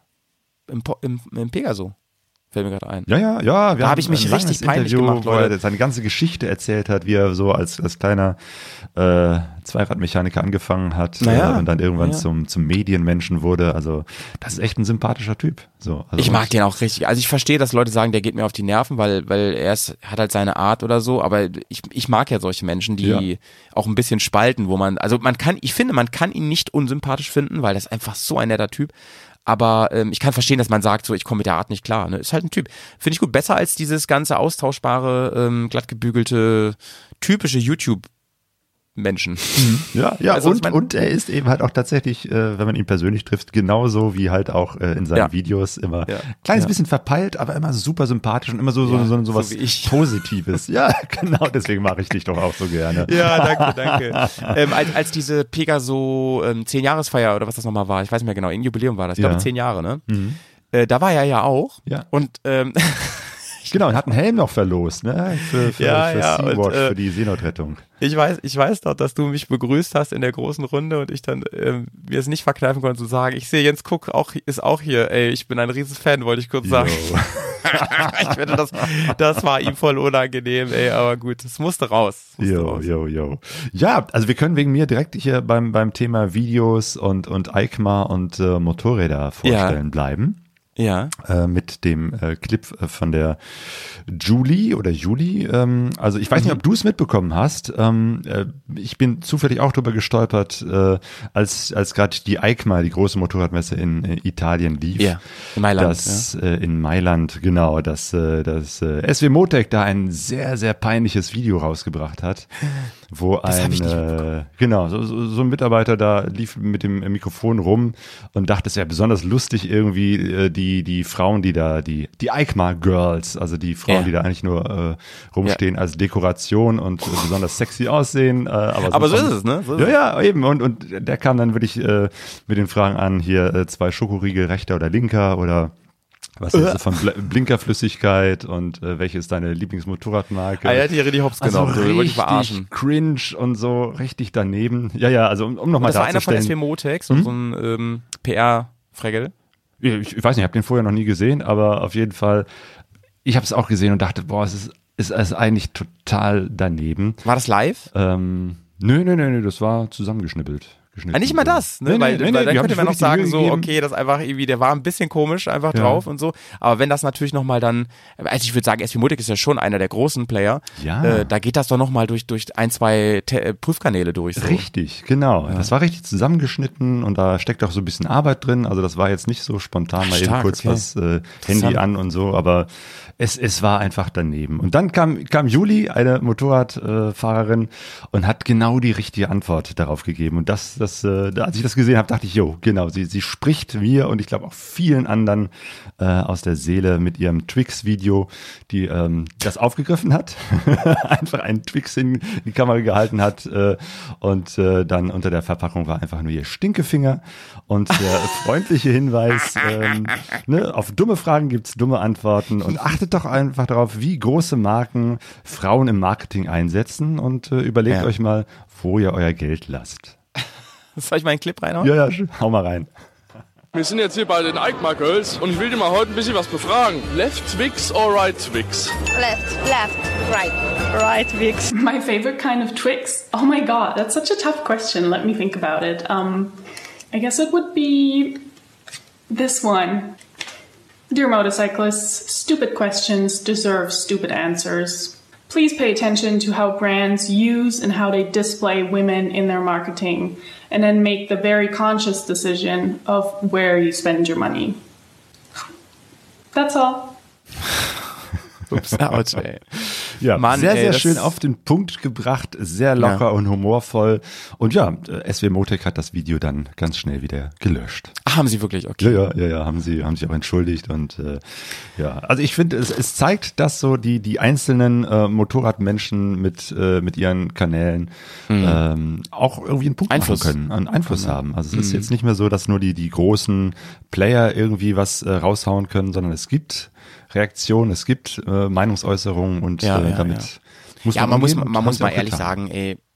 Speaker 3: im Pegaso. Fällt mir gerade ein.
Speaker 1: Ja.
Speaker 3: Da habe ich mich richtig peinlich gemacht, Leute.
Speaker 1: Wo er seine ganze Geschichte erzählt hat, wie er so als kleiner Zweiradmechaniker angefangen hat und dann irgendwann zum Medienmenschen wurde. Also das ist echt ein sympathischer Typ. So, also
Speaker 3: ich mag den auch richtig. Also ich verstehe, dass Leute sagen, der geht mir auf die Nerven, weil hat halt seine Art oder so. Aber ich mag ja solche Menschen, die auch ein bisschen spalten, ich finde, man kann ihn nicht unsympathisch finden, weil das einfach so ein netter Typ. Aber ich kann verstehen, dass man sagt, so ich komme mit der Art nicht klar. Ne? Ist halt ein Typ. Finde ich gut. Besser als dieses ganze austauschbare, glattgebügelte, typische YouTube-Menschen.
Speaker 1: Ja, also, und er ist eben halt auch tatsächlich, wenn man ihn persönlich trifft, genauso wie halt auch in seinen Videos immer kleines bisschen verpeilt, aber immer super sympathisch und immer so was Positives. Ja, genau, deswegen mache ich dich doch auch so gerne.
Speaker 3: Ja, danke. Als diese Pegaso 10-Jahresfeier oder was das nochmal war, ich weiß nicht mehr genau, irgendein Jubiläum war das, ich glaube 10 Jahre, ne? Da war er ja auch.
Speaker 1: Ja.
Speaker 3: Und
Speaker 1: genau, und hat einen Helm noch verlost, ne? Für Sea-Watch, für die Seenotrettung.
Speaker 3: Ich weiß doch, dass du mich begrüßt hast in der großen Runde und ich dann mir es nicht verkneifen konnte zu sagen, ich sehe Jens Cook ist auch hier, ey, ich bin ein riesen Fan, wollte ich kurz sagen. Ich finde, das war ihm voll unangenehm, ey, aber gut, es musste raus.
Speaker 1: Jo. Ja, also wir können wegen mir direkt hier beim Thema Videos und EICMA und Motorräder vorstellen bleiben.
Speaker 3: Ja.
Speaker 1: Mit dem Clip von der Julie. Also ich weiß nicht, ob du es mitbekommen hast. Ich bin zufällig auch drüber gestolpert, als gerade die EICMA, die große Motorradmesse in Italien lief.
Speaker 3: Ja, in Mailand.
Speaker 1: In Mailand, genau, dass SW Motec da ein sehr, sehr peinliches Video rausgebracht hat, wo so ein Mitarbeiter da lief mit dem Mikrofon rum und dachte, es wäre besonders lustig irgendwie die Frauen, die da, die EICMA Girls, also die Frauen, die da eigentlich nur rumstehen als Dekoration und besonders sexy aussehen. Aber
Speaker 3: so ist es, ne? So ist
Speaker 1: ja, eben. Und der kam dann wirklich mit den Fragen an, hier 2 Schokoriegel, rechter oder linker oder was ist von Blinkerflüssigkeit und welche ist deine Lieblingsmotorradmarke?
Speaker 3: Er hat hier richtig hops genommen,
Speaker 1: also richtig cringe und so richtig daneben. Ja, also um nochmal darzustellen.
Speaker 3: Das war einer von SW Motec, so ein PR-Fregel.
Speaker 1: Ich weiß nicht, ich habe den vorher noch nie gesehen, aber auf jeden Fall, ich habe es auch gesehen und dachte, boah, es ist eigentlich total daneben.
Speaker 3: War das live?
Speaker 1: Nö, das war zusammengeschnippelt.
Speaker 3: Nicht mal das, ne? Weil dann könnte man noch sagen, so, okay, das einfach irgendwie, der war ein bisschen komisch einfach drauf und so. Aber wenn das natürlich nochmal dann, also ich würde sagen, SW Motec ist ja schon einer der großen Player.
Speaker 1: Ja.
Speaker 3: Da geht das doch nochmal durch 1-2 Prüfkanäle durch. So.
Speaker 1: Richtig, genau. Ja. Das war richtig zusammengeschnitten und da steckt auch so ein bisschen Arbeit drin. Also das war jetzt nicht so spontan mal eben kurz was Handy an und so, aber es war einfach daneben. Und dann kam Julie, eine Motorradfahrerin, und hat genau die richtige Antwort darauf gegeben. Und als ich das gesehen habe, dachte ich, genau, sie spricht mir und ich glaube auch vielen anderen aus der Seele mit ihrem Twix-Video, die das aufgegriffen hat, einfach einen Twix in die Kamera gehalten hat und dann unter der Verpackung war einfach nur ihr Stinkefinger und der freundliche Hinweis, auf dumme Fragen gibt's dumme Antworten und achtet doch einfach darauf, wie große Marken Frauen im Marketing einsetzen und überlegt euch mal, wo ihr euer Geld lasst.
Speaker 3: Soll ich mal einen Clip reinhauen?
Speaker 1: Ja, hau mal rein.
Speaker 7: Wir sind jetzt hier bei den EICMA Girls und ich will dir mal heute ein bisschen was befragen. Left Twix or right Twix?
Speaker 8: Left, right.
Speaker 9: Right Twix. My favorite kind of Twix? Oh my god, that's such a tough question. Let me think about it. I guess it would be this one. Dear motorcyclists, stupid questions deserve stupid answers. Please pay attention to how brands use and how they display women in their marketing, and then make the very conscious decision of where you spend your money. That's all.
Speaker 3: Ups, ouch, ey.
Speaker 1: Ja,
Speaker 3: Mann,
Speaker 1: sehr schön auf den Punkt gebracht, sehr locker und humorvoll. Und ja, SW Motec hat das Video dann ganz schnell wieder gelöscht.
Speaker 3: Ach, haben sie wirklich? Okay.
Speaker 1: Ja, haben sie auch entschuldigt und also ich finde, es zeigt, dass so die einzelnen Motorradmenschen mit ihren Kanälen auch irgendwie einen Punkt machen können, einen Einfluss haben. Also es ist jetzt nicht mehr so, dass nur die großen Player irgendwie was raushauen können, sondern es gibt Reaktionen, es gibt Meinungsäußerungen und damit muss man umgehen.
Speaker 3: Man muss mal ehrlich sagen,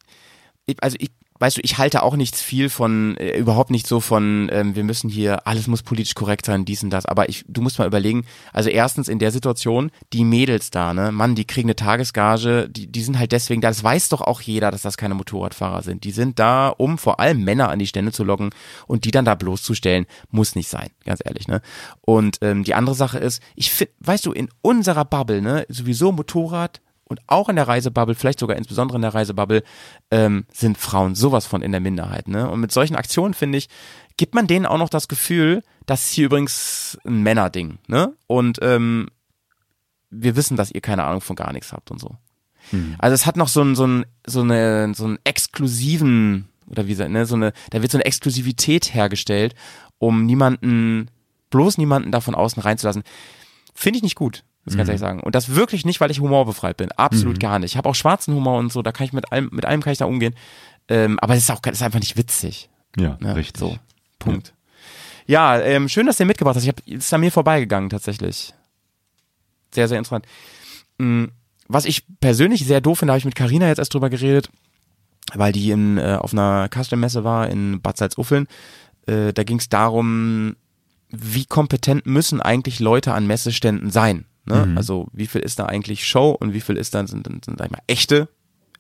Speaker 3: ich halte auch nichts viel von, überhaupt nicht so von, wir müssen hier, alles muss politisch korrekt sein, dies und das, aber du musst mal überlegen, also erstens in der Situation, die Mädels da, ne, Mann, die kriegen eine Tagesgage, die sind halt deswegen da, das weiß doch auch jeder, dass das keine Motorradfahrer sind, die sind da, um vor allem Männer an die Stände zu locken und die dann da bloßzustellen, muss nicht sein, ganz ehrlich, ne, und die andere Sache ist, ich finde, weißt du, in unserer Bubble, ne, sowieso Motorrad, und auch in der Reisebubble, vielleicht sogar insbesondere in der Reisebubble, sind Frauen sowas von in der Minderheit, ne? Und mit solchen Aktionen, finde ich, gibt man denen auch noch das Gefühl, das ist hier übrigens ein Männerding, ne? Und wir wissen, dass ihr keine Ahnung von gar nichts habt und so. Also es hat noch so einen exklusiven, oder wie gesagt, ne, da wird so eine Exklusivität hergestellt, um bloß niemanden davon außen reinzulassen. Finde ich nicht gut. Das kann ich ehrlich sagen. Und das wirklich nicht, weil ich humorbefreit bin. Absolut gar nicht. Ich habe auch schwarzen Humor und so, da kann ich mit allem kann ich da umgehen. Aber es ist einfach nicht witzig.
Speaker 1: Ja, richtig.
Speaker 3: So, Punkt. Ja, schön, dass du den mitgebracht hast. Es ist an mir vorbeigegangen, tatsächlich. Sehr, sehr interessant. Was ich persönlich sehr doof finde, habe ich mit Carina jetzt erst drüber geredet, weil die auf einer Custom-Messe war in Bad Salzuffeln. Da ging es darum, wie kompetent müssen eigentlich Leute an Messeständen sein? Ne? Also wie viel ist da eigentlich Show und wie viel ist dann sind sag ich mal, echte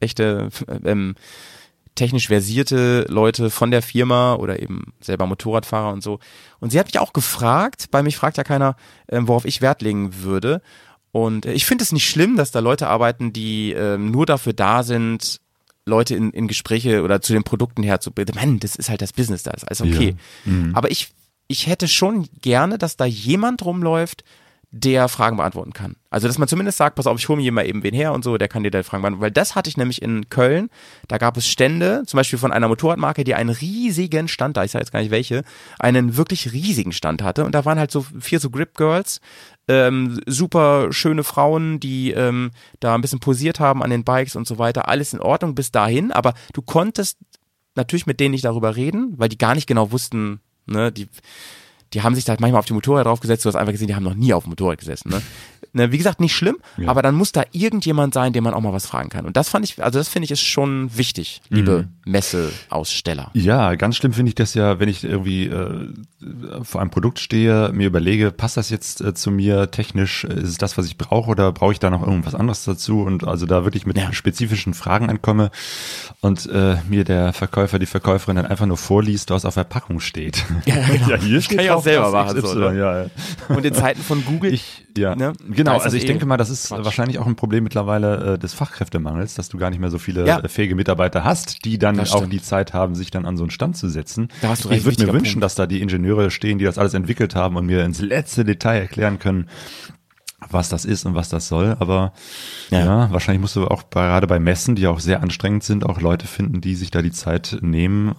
Speaker 3: technisch versierte Leute von der Firma oder eben selber Motorradfahrer und so. Und sie hat mich auch gefragt, bei mich fragt ja keiner, worauf ich Wert legen würde. Und ich finde es nicht schlimm, dass da Leute arbeiten, die nur dafür da sind, Leute in Gespräche oder zu den Produkten herzubilden. Mann, das ist halt das Business, da ist alles okay. Ja. Aber ich hätte schon gerne, dass da jemand rumläuft, der Fragen beantworten kann. Also, dass man zumindest sagt, pass auf, ich hole mir mal eben wen her und so, der kann dir da Fragen beantworten. Weil das hatte ich nämlich in Köln, da gab es Stände, zum Beispiel von einer Motorradmarke, die einen riesigen Stand, da ich sage jetzt gar nicht welche, einen wirklich riesigen Stand hatte und da waren halt so 4 so Grip Girls, super schöne Frauen, die da ein bisschen posiert haben an den Bikes und so weiter, alles in Ordnung bis dahin, aber du konntest natürlich mit denen nicht darüber reden, weil die gar nicht genau wussten, ne, die haben sich da manchmal auf die Motorräder draufgesetzt, du hast einfach gesehen, die haben noch nie auf dem Motorrad gesessen. Ne? Wie gesagt, nicht schlimm, aber dann muss da irgendjemand sein, dem man auch mal was fragen kann. Und das finde ich ist schon wichtig, liebe Messeaussteller.
Speaker 1: Ja, ganz schlimm finde ich das ja, wenn ich irgendwie vor einem Produkt stehe, mir überlege, passt das jetzt zu mir technisch, ist es das, was ich brauche oder brauche ich da noch irgendwas anderes dazu und also da wirklich mit spezifischen Fragen ankomme und mir der Verkäufer, die Verkäuferin dann einfach nur vorliest, was auf der Packung steht.
Speaker 3: Ja, genau.
Speaker 1: Ja, hier steht
Speaker 3: kann ich auch selber machen.
Speaker 1: XY,
Speaker 3: so, ne?
Speaker 1: ja.
Speaker 3: Und in Zeiten von Google.
Speaker 1: Ne? Genau, also ich denke mal, das ist wahrscheinlich auch ein Problem mittlerweile des Fachkräftemangels, dass du gar nicht mehr so viele fähige Mitarbeiter hast, die dann auch die Zeit haben, sich dann an so einen Stand zu setzen.
Speaker 3: Da hast du recht,
Speaker 1: ich würde mir wünschen, dass da die Ingenieure stehen, die das alles entwickelt haben und mir ins letzte Detail erklären können, was das ist und was das soll. Aber ja wahrscheinlich musst du auch gerade bei Messen, die auch sehr anstrengend sind, auch Leute finden, die sich da die Zeit nehmen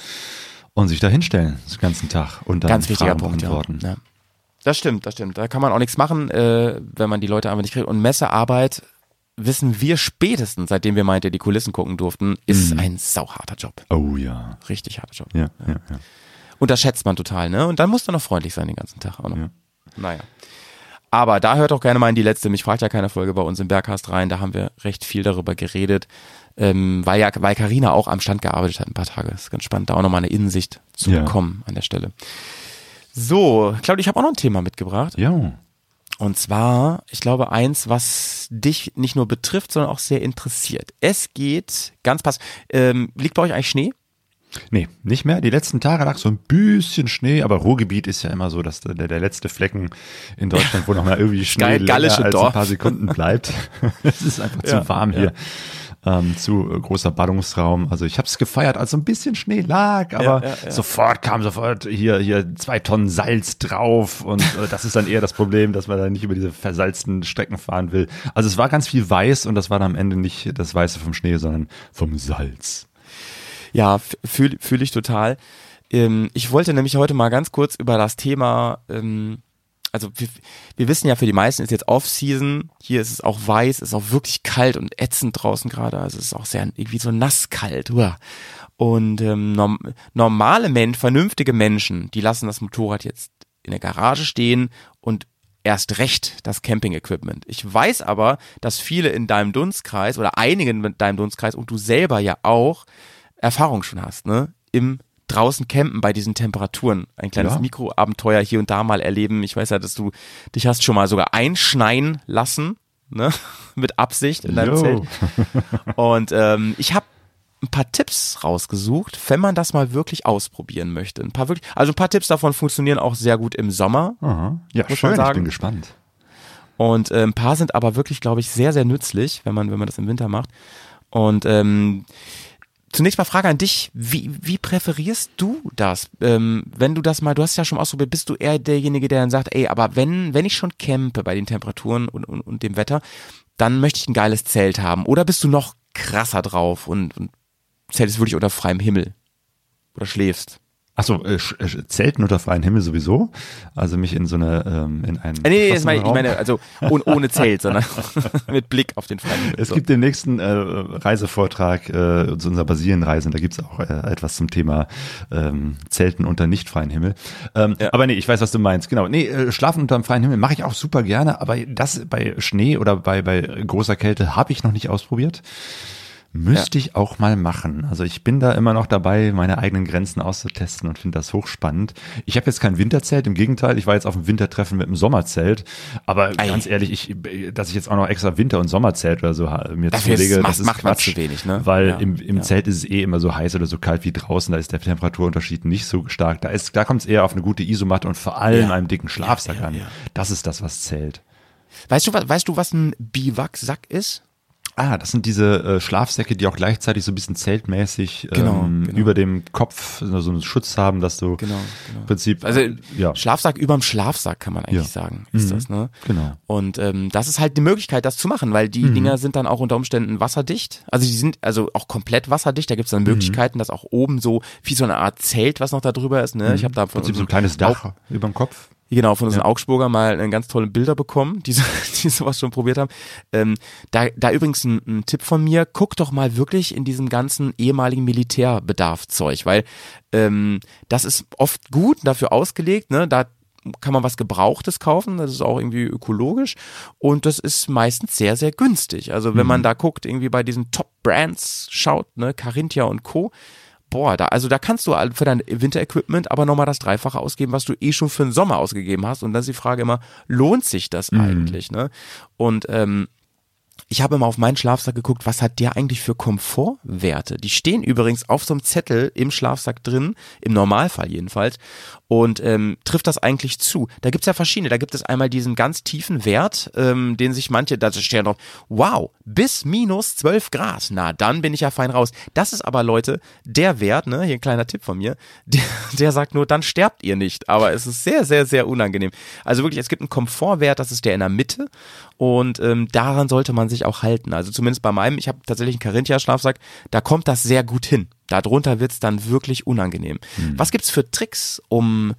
Speaker 1: und sich da hinstellen den ganzen Tag und dann
Speaker 3: ganz wichtiger
Speaker 1: Fragen
Speaker 3: Punkt,
Speaker 1: beantworten.
Speaker 3: Ja. Das stimmt. Da kann man auch nichts machen, wenn man die Leute einfach nicht kriegt. Und Messearbeit, wissen wir spätestens, seitdem wir mal hinter die Kulissen gucken durften, ist ein sauharter Job.
Speaker 1: Oh ja.
Speaker 3: Richtig harter Job.
Speaker 1: Ja.
Speaker 3: Unterschätzt man total, ne? Und dann muss man noch freundlich sein den ganzen Tag auch noch.
Speaker 1: Ja.
Speaker 3: Naja. Aber da hört auch gerne mal in die letzte Mich fragt ja keine Folge bei uns im Berghast rein. Da haben wir recht viel darüber geredet, weil Carina auch am Stand gearbeitet hat ein paar Tage. Das ist ganz spannend, da auch nochmal eine Innensicht zu bekommen an der Stelle. So, Claudia, ich habe auch noch ein Thema mitgebracht.
Speaker 1: Ja.
Speaker 3: Und zwar, ich glaube, eins, was dich nicht nur betrifft, sondern auch sehr interessiert. Es geht ganz liegt bei euch eigentlich Schnee?
Speaker 1: Nee, nicht mehr. Die letzten Tage lag so ein bisschen Schnee, aber Ruhrgebiet ist ja immer so, dass der letzte Flecken in Deutschland, wo noch mal irgendwie Schnee länger als ein paar Sekunden bleibt. Es ist einfach zu warm hier. zu großer Ballungsraum. Also ich habe es gefeiert, als so ein bisschen Schnee lag, aber sofort kam hier 2 Tonnen Salz drauf und das ist dann eher das Problem, dass man dann nicht über diese versalzten Strecken fahren will. Also es war ganz viel weiß und das war dann am Ende nicht das Weiße vom Schnee, sondern vom Salz.
Speaker 3: Ja, fühl ich total. Ich wollte nämlich heute mal ganz kurz über das Thema, also wir wissen ja, für die meisten ist jetzt Off-Season, hier ist es auch weiß, ist auch wirklich kalt und ätzend draußen gerade, also es ist auch sehr irgendwie so nasskalt. Und normale vernünftige Menschen, die lassen das Motorrad jetzt in der Garage stehen und erst recht das Camping-Equipment. Ich weiß aber, dass viele in deinem Dunstkreis oder einige in deinem Dunstkreis und du selber ja auch Erfahrung schon hast, ne? Im draußen campen bei diesen Temperaturen. Ein kleines Mikroabenteuer hier und da mal erleben. Ich weiß ja, dass du dich hast schon mal sogar einschneien lassen, ne? Mit Absicht in deinem Zelt. Und ich habe ein paar Tipps rausgesucht, wenn man das mal wirklich ausprobieren möchte. Ein paar Tipps davon funktionieren auch sehr gut im Sommer.
Speaker 1: Aha. Ja, schön, ich bin gespannt.
Speaker 3: Und ein paar sind aber wirklich, glaube ich, sehr, sehr nützlich, wenn man das im Winter macht. Und zunächst mal Frage an dich, wie präferierst du das? Wenn du das mal, du hast ja schon ausprobiert, bist du eher derjenige, der dann sagt, ey, aber wenn ich schon campe bei den Temperaturen und dem Wetter, dann möchte ich ein geiles Zelt haben. Oder bist du noch krasser drauf und zeltest wirklich unter freiem Himmel? Oder schläfst?
Speaker 1: Achso, Zelten unter freiem Himmel sowieso? Also mich in so eine, in einen
Speaker 3: ich meine, also ohne Zelt, sondern mit Blick auf den freien Himmel.
Speaker 1: Es gibt den nächsten Reisevortrag zu unserer Basilienreise, da gibt's auch etwas zum Thema Zelten unter nicht freiem Himmel. Aber nee, ich weiß, was du meinst. Genau, schlafen unter dem freien Himmel mache ich auch super gerne, aber das bei Schnee oder bei großer Kälte habe ich noch nicht ausprobiert. Müsste ich auch mal machen. Also ich bin da immer noch dabei, meine eigenen Grenzen auszutesten und finde das hochspannend. Ich habe jetzt kein Winterzelt, im Gegenteil, ich war jetzt auf einem Wintertreffen mit einem Sommerzelt, aber ganz ehrlich, dass ich jetzt auch noch extra Winter- und Sommerzelt oder so mir zulege, das ist Quatsch,
Speaker 3: zu wenig, ne?
Speaker 1: Weil im Zelt ist es immer so heiß oder so kalt wie draußen, da ist der Temperaturunterschied nicht so stark. Da kommt es eher auf eine gute Isomatte und vor allem einem dicken Schlafsack an. Das ist das, was zählt.
Speaker 3: Weißt du, was ein Biwaksack ist?
Speaker 1: Das sind diese Schlafsäcke, die auch gleichzeitig so ein bisschen zeltmäßig über dem Kopf so einen Schutz haben, dass du im Prinzip...
Speaker 3: Also Schlafsack überm Schlafsack kann man eigentlich sagen, ist das, ne?
Speaker 1: Genau.
Speaker 3: Und das ist halt die Möglichkeit, das zu machen, weil die Dinger sind dann auch unter Umständen wasserdicht. Also die sind also auch komplett wasserdicht, da gibt es dann Möglichkeiten, dass auch oben so wie so eine Art Zelt, was noch da drüber ist, ne? Ich habe da
Speaker 1: im Prinzip so ein kleines Dach über dem Kopf.
Speaker 3: Genau, von unseren Augsburger mal ganz tolle Bilder bekommen, die sowas schon probiert haben. Da übrigens ein Tipp von mir, guck doch mal wirklich in diesem ganzen ehemaligen Militärbedarfzeug, weil das ist oft gut dafür ausgelegt, ne? Da kann man was Gebrauchtes kaufen, das ist auch irgendwie ökologisch und das ist meistens sehr, sehr günstig. Also wenn man da guckt, irgendwie bei diesen Top-Brands schaut, ne, Carinthia und Co., da kannst du für dein Winterequipment aber nochmal das Dreifache ausgeben, was du schon für den Sommer ausgegeben hast. Und dann ist die Frage immer, lohnt sich das eigentlich? Ne? Und ich habe immer auf meinen Schlafsack geguckt, was hat der eigentlich für Komfortwerte? Die stehen übrigens auf so einem Zettel im Schlafsack drin, im Normalfall jedenfalls. Und trifft das eigentlich zu? Da gibt's ja verschiedene. Da gibt es einmal diesen ganz tiefen Wert, den sich manche, da steht drauf, wow, bis minus 12 Grad. Na, dann bin ich ja fein raus. Das ist aber, Leute, der Wert, ne, hier ein kleiner Tipp von mir, der sagt nur, dann sterbt ihr nicht. Aber es ist sehr, sehr, sehr unangenehm. Also wirklich, es gibt einen Komfortwert, das ist der in der Mitte. Und daran sollte man sich auch halten. Also zumindest bei meinem, ich habe tatsächlich einen Carinthia-Schlafsack, da kommt das sehr gut hin. Darunter wird's dann wirklich unangenehm. Was gibt's für Tricks, um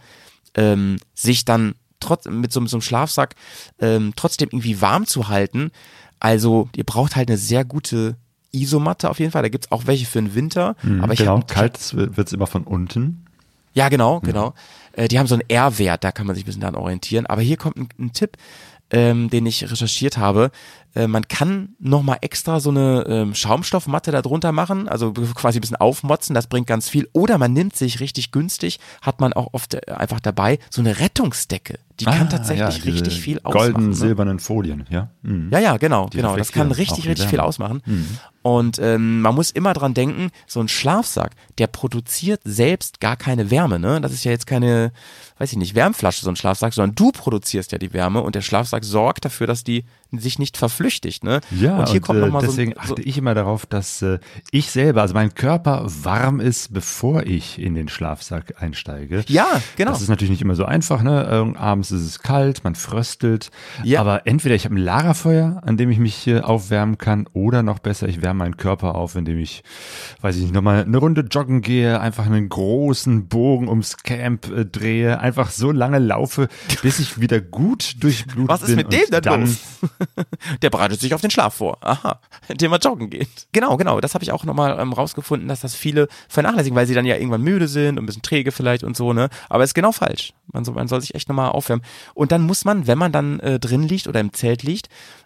Speaker 3: sich dann mit so einem Schlafsack trotzdem irgendwie warm zu halten? Also ihr braucht halt eine sehr gute Isomatte auf jeden Fall. Da gibt's auch welche für den Winter. Aber
Speaker 1: kalt wird's immer von unten.
Speaker 3: Ja, genau. Die haben so einen R-Wert, da kann man sich ein bisschen daran orientieren. Aber hier kommt ein Tipp, den ich recherchiert habe. Man kann nochmal extra so eine Schaumstoffmatte da drunter machen, also quasi ein bisschen aufmotzen, das bringt ganz viel. Oder man nimmt sich richtig günstig, hat man auch oft einfach dabei, so eine Rettungsdecke. Die kann tatsächlich richtig viel ausmachen.
Speaker 1: Golden, silbernen Folien, ja?
Speaker 3: Mhm. Ja, genau. Das kann richtig viel ausmachen. Und man muss immer dran denken, so ein Schlafsack, der produziert selbst gar keine Wärme, ne? Das ist ja jetzt keine, weiß ich nicht, Wärmflasche, so ein Schlafsack, sondern du produzierst ja die Wärme und der Schlafsack sorgt dafür, dass die sich nicht verflüchtigt. Ne?
Speaker 1: Ja,
Speaker 3: und hier kommt noch mal
Speaker 1: deswegen achte ich immer darauf, dass ich selber, also mein Körper warm ist, bevor ich in den Schlafsack einsteige.
Speaker 3: Ja, genau.
Speaker 1: Das ist natürlich nicht immer so einfach, ne? Abends ist es kalt, man fröstelt.
Speaker 3: Ja.
Speaker 1: Aber entweder ich habe ein Lagerfeuer, an dem ich mich aufwärmen kann, oder noch besser, ich wärme meinen Körper auf, indem ich, weiß ich nicht, nochmal eine Runde joggen gehe, einfach einen großen Bogen ums Camp drehe, einfach so lange laufe, bis ich wieder gut durchblutet bin.
Speaker 3: Was ist mit dem denn los? Der bereitet sich auf den Schlaf vor. Aha, indem er joggen geht. Genau. Das habe ich auch nochmal rausgefunden, dass das viele vernachlässigen, weil sie dann ja irgendwann müde sind und ein bisschen träge vielleicht und so, ne? Aber es ist genau falsch. Man soll sich echt nochmal aufwärmen. Und dann muss man, wenn man dann drin liegt oder im Zelt liegt,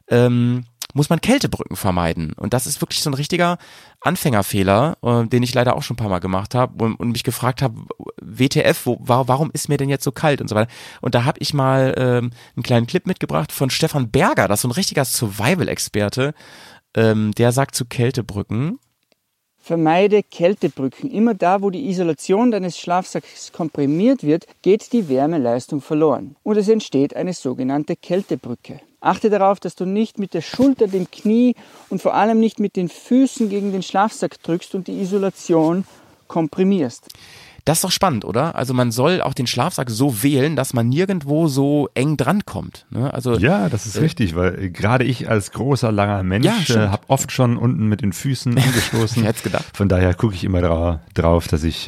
Speaker 3: muss man Kältebrücken vermeiden. Und das ist wirklich so ein richtiger Anfängerfehler, den ich leider auch schon ein paar Mal gemacht habe und mich gefragt habe, WTF, warum ist mir denn jetzt so kalt und so weiter. Und da habe ich mal einen kleinen Clip mitgebracht von Stefan Berger, das ist so ein richtiger Survival-Experte, der sagt zu Kältebrücken:
Speaker 10: Vermeide Kältebrücken. Immer da, wo die Isolation deines Schlafsacks komprimiert wird, geht die Wärmeleistung verloren. Und es entsteht eine sogenannte Kältebrücke. Achte darauf, dass du nicht mit der Schulter, dem Knie und vor allem nicht mit den Füßen gegen den Schlafsack drückst und die Isolation komprimierst.
Speaker 3: Das ist doch spannend, oder? Also man soll auch den Schlafsack so wählen, dass man nirgendwo so eng dran kommt. Ne? Also,
Speaker 1: ja, das ist richtig, weil gerade ich als großer, langer Mensch habe oft schon unten mit den Füßen angestoßen.
Speaker 3: Ich hätte es gedacht.
Speaker 1: Von daher gucke ich immer drauf, dass ich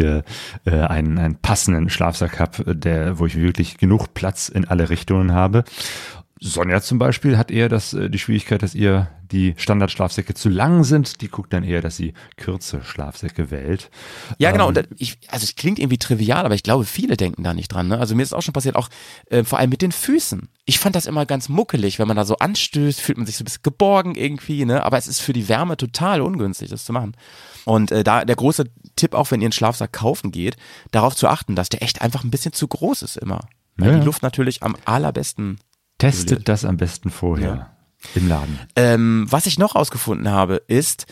Speaker 1: einen passenden Schlafsack habe, wo ich wirklich genug Platz in alle Richtungen habe. Sonja zum Beispiel hat eher die Schwierigkeit, dass ihr die Standardschlafsäcke zu lang sind. Die guckt dann eher, dass sie kürze Schlafsäcke wählt.
Speaker 3: Ja, genau. Und es klingt irgendwie trivial, aber ich glaube, viele denken da nicht dran. Ne? Also mir ist auch schon passiert, auch vor allem mit den Füßen. Ich fand das immer ganz muckelig, wenn man da so anstößt, fühlt man sich so ein bisschen geborgen irgendwie. Ne? Aber es ist für die Wärme total ungünstig, das zu machen. Und da der große Tipp auch, wenn ihr einen Schlafsack kaufen geht, darauf zu achten, dass der echt einfach ein bisschen zu groß ist immer. Weil die Luft natürlich am allerbesten
Speaker 1: testet das am besten vorher im
Speaker 3: Laden. Was ich noch rausgefunden habe, ist,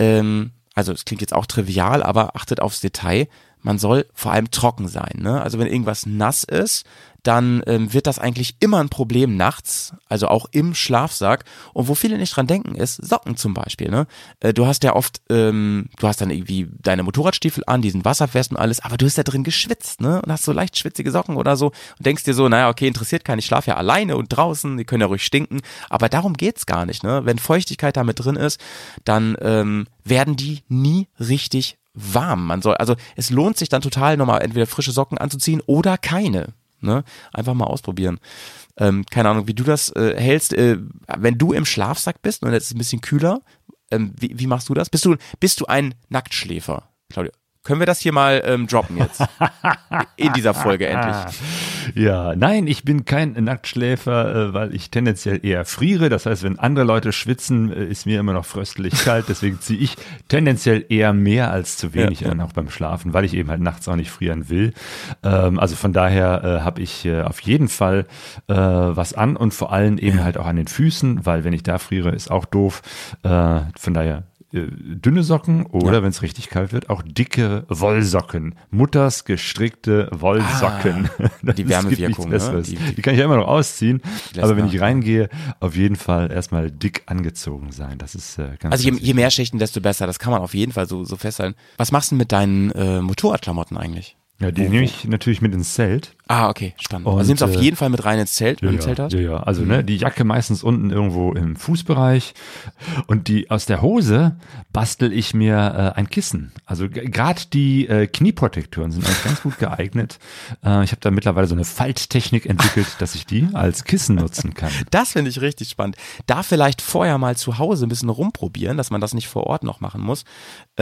Speaker 3: also es klingt jetzt auch trivial, aber achtet aufs Detail, man soll vor allem trocken sein. Ne? Also wenn irgendwas nass ist, dann wird das eigentlich immer ein Problem nachts, also auch im Schlafsack. Und wo viele nicht dran denken, ist Socken zum Beispiel. Ne? Du hast ja oft, du hast dann irgendwie deine Motorradstiefel an, die sind wasserfest und alles, aber du hast da drin geschwitzt, ne? Und hast so leicht schwitzige Socken oder so und denkst dir so, naja, okay, interessiert keinen, ich schlafe ja alleine und draußen, die können ja ruhig stinken. Aber darum geht's gar nicht. Ne? Wenn Feuchtigkeit da mit drin ist, dann werden die nie richtig warm. Also es lohnt sich dann total nochmal entweder frische Socken anzuziehen oder keine. Ne? Einfach mal ausprobieren. Keine Ahnung, wie du das hältst. Wenn du im Schlafsack bist und es ist ein bisschen kühler, wie machst du das? Bist du ein Nacktschläfer, Claudia? Können wir das hier mal droppen jetzt? In dieser Folge endlich.
Speaker 1: Ja, nein, ich bin kein Nacktschläfer, weil ich tendenziell eher friere. Das heißt, wenn andere Leute schwitzen, ist mir immer noch fröstelig kalt. Deswegen ziehe ich tendenziell eher mehr als zu wenig an, auch beim Schlafen, weil ich eben halt nachts auch nicht frieren will. Also von daher habe ich auf jeden Fall was an und vor allem eben halt auch an den Füßen, weil wenn ich da friere, ist auch doof. Von daher dünne Socken oder, wenn es richtig kalt wird, auch dicke Wollsocken. Mutters gestrickte Wollsocken.
Speaker 3: Die Wärmewirkung. Ne?
Speaker 1: Die kann ich ja immer noch ausziehen, aber wenn ich reingehe, auf jeden Fall erstmal dick angezogen sein. Das ist ganz
Speaker 3: Also je mehr Schichten, desto besser. Das kann man auf jeden Fall so festhalten. Was machst du mit deinen Motorradklamotten eigentlich?
Speaker 1: Ja, die nehme ich natürlich mit ins Zelt.
Speaker 3: Ah, okay, spannend. Also nimmst du auf jeden Fall mit rein ins Zelt, wenn du ein Zelt hast?
Speaker 1: Ja, also die Jacke meistens unten irgendwo im Fußbereich und aus der Hose bastel ich mir ein Kissen. Also gerade die Knieprotektoren sind eigentlich ganz gut geeignet. Ich habe da mittlerweile so eine Falttechnik entwickelt, dass ich die als Kissen nutzen kann.
Speaker 3: Das finde ich richtig spannend. Da vielleicht vorher mal zu Hause ein bisschen rumprobieren, dass man das nicht vor Ort noch machen muss.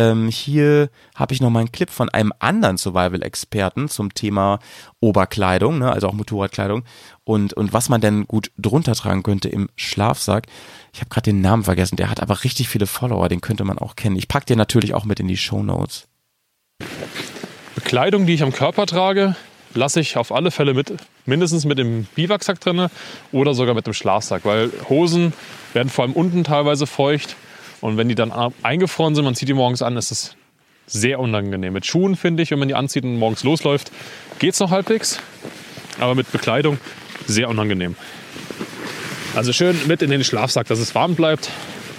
Speaker 3: Hier habe ich noch mal einen Clip von einem anderen Survival-Experten zum Thema Oberkleidung, ne, also auch Motorradkleidung und was man denn gut drunter tragen könnte im Schlafsack. Ich habe gerade den Namen vergessen, der hat aber richtig viele Follower, den könnte man auch kennen. Ich packe den natürlich auch mit in die Shownotes.
Speaker 11: Bekleidung, die ich am Körper trage, lasse ich auf alle Fälle mindestens mit dem Biwaksack drin oder sogar mit dem Schlafsack, weil Hosen werden vor allem unten teilweise feucht und wenn die dann eingefroren sind, man zieht die morgens an, ist es sehr unangenehm. Mit Schuhen finde ich, wenn man die anzieht und morgens losläuft, geht's noch halbwegs. Aber mit Bekleidung sehr unangenehm. Also schön mit in den Schlafsack, dass es warm bleibt.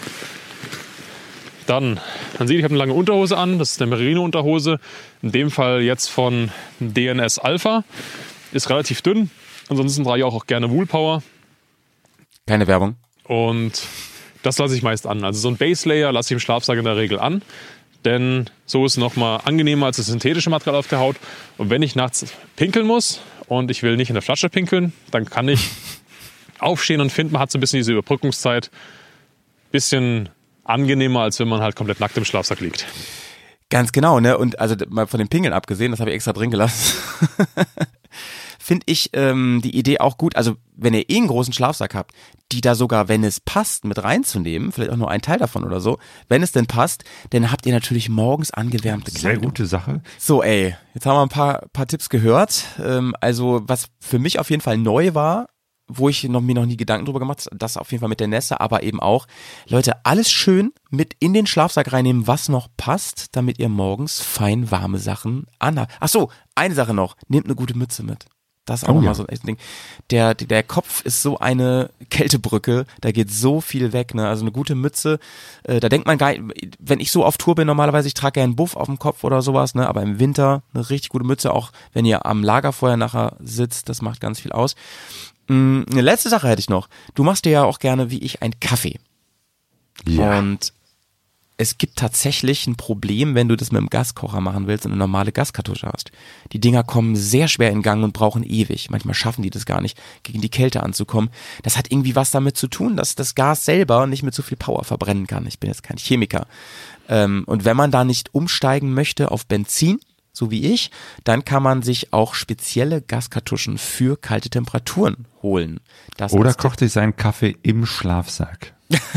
Speaker 11: Dann sieht, ich habe eine lange Unterhose an. Das ist eine Merino-Unterhose. In dem Fall jetzt von DNS Alpha. Ist relativ dünn. Ansonsten trage ich auch gerne Woolpower.
Speaker 3: Keine Werbung.
Speaker 11: Und das lasse ich meist an. Also so ein Base Layer lasse ich im Schlafsack in der Regel an. Denn so ist es nochmal angenehmer als das synthetische Material auf der Haut. Und wenn ich nachts pinkeln muss und ich will nicht in der Flasche pinkeln, dann kann ich aufstehen und finde, man hat so ein bisschen diese Überbrückungszeit. Bisschen angenehmer, als wenn man halt komplett nackt im Schlafsack liegt.
Speaker 3: Ganz genau, ne? Und also mal von den Pingeln abgesehen, das habe ich extra drin gelassen, finde ich die Idee auch gut. Also wenn ihr einen großen Schlafsack habt, die da sogar, wenn es passt, mit reinzunehmen, vielleicht auch nur ein Teil davon oder so, wenn es denn passt, dann habt ihr natürlich morgens angewärmte Kleidung.
Speaker 1: Sehr gute Sache.
Speaker 3: So, ey, jetzt haben wir ein paar Tipps gehört. Also was für mich auf jeden Fall neu war, wo ich mir noch nie Gedanken drüber gemacht habe, das auf jeden Fall mit der Nässe, aber eben auch, Leute, alles schön mit in den Schlafsack reinnehmen, was noch passt, damit ihr morgens fein warme Sachen anhabt. Ach so, eine Sache noch, nehmt eine gute Mütze mit. Das ist auch nochmal so ein Ding. Der Kopf ist so eine Kältebrücke, da geht so viel weg, ne? Also eine gute Mütze, da denkt man gar nicht, wenn ich so auf Tour bin, normalerweise, ich trage ja einen Buff auf dem Kopf oder sowas, ne? Aber im Winter eine richtig gute Mütze, auch wenn ihr am Lagerfeuer nachher sitzt, das macht ganz viel aus. Eine letzte Sache hätte ich noch. Du machst dir ja auch gerne, wie ich, einen Kaffee. Ja. Und es gibt tatsächlich ein Problem, wenn du das mit einem Gaskocher machen willst und eine normale Gaskartusche hast. Die Dinger kommen sehr schwer in Gang und brauchen ewig. Manchmal schaffen die das gar nicht, gegen die Kälte anzukommen. Das hat irgendwie was damit zu tun, dass das Gas selber nicht mit so viel Power verbrennen kann. Ich bin jetzt kein Chemiker. Und wenn man da nicht umsteigen möchte auf Benzin, so wie ich, dann kann man sich auch spezielle Gaskartuschen für kalte Temperaturen holen. Das
Speaker 1: Oder kocht sich seinen Kaffee im Schlafsack.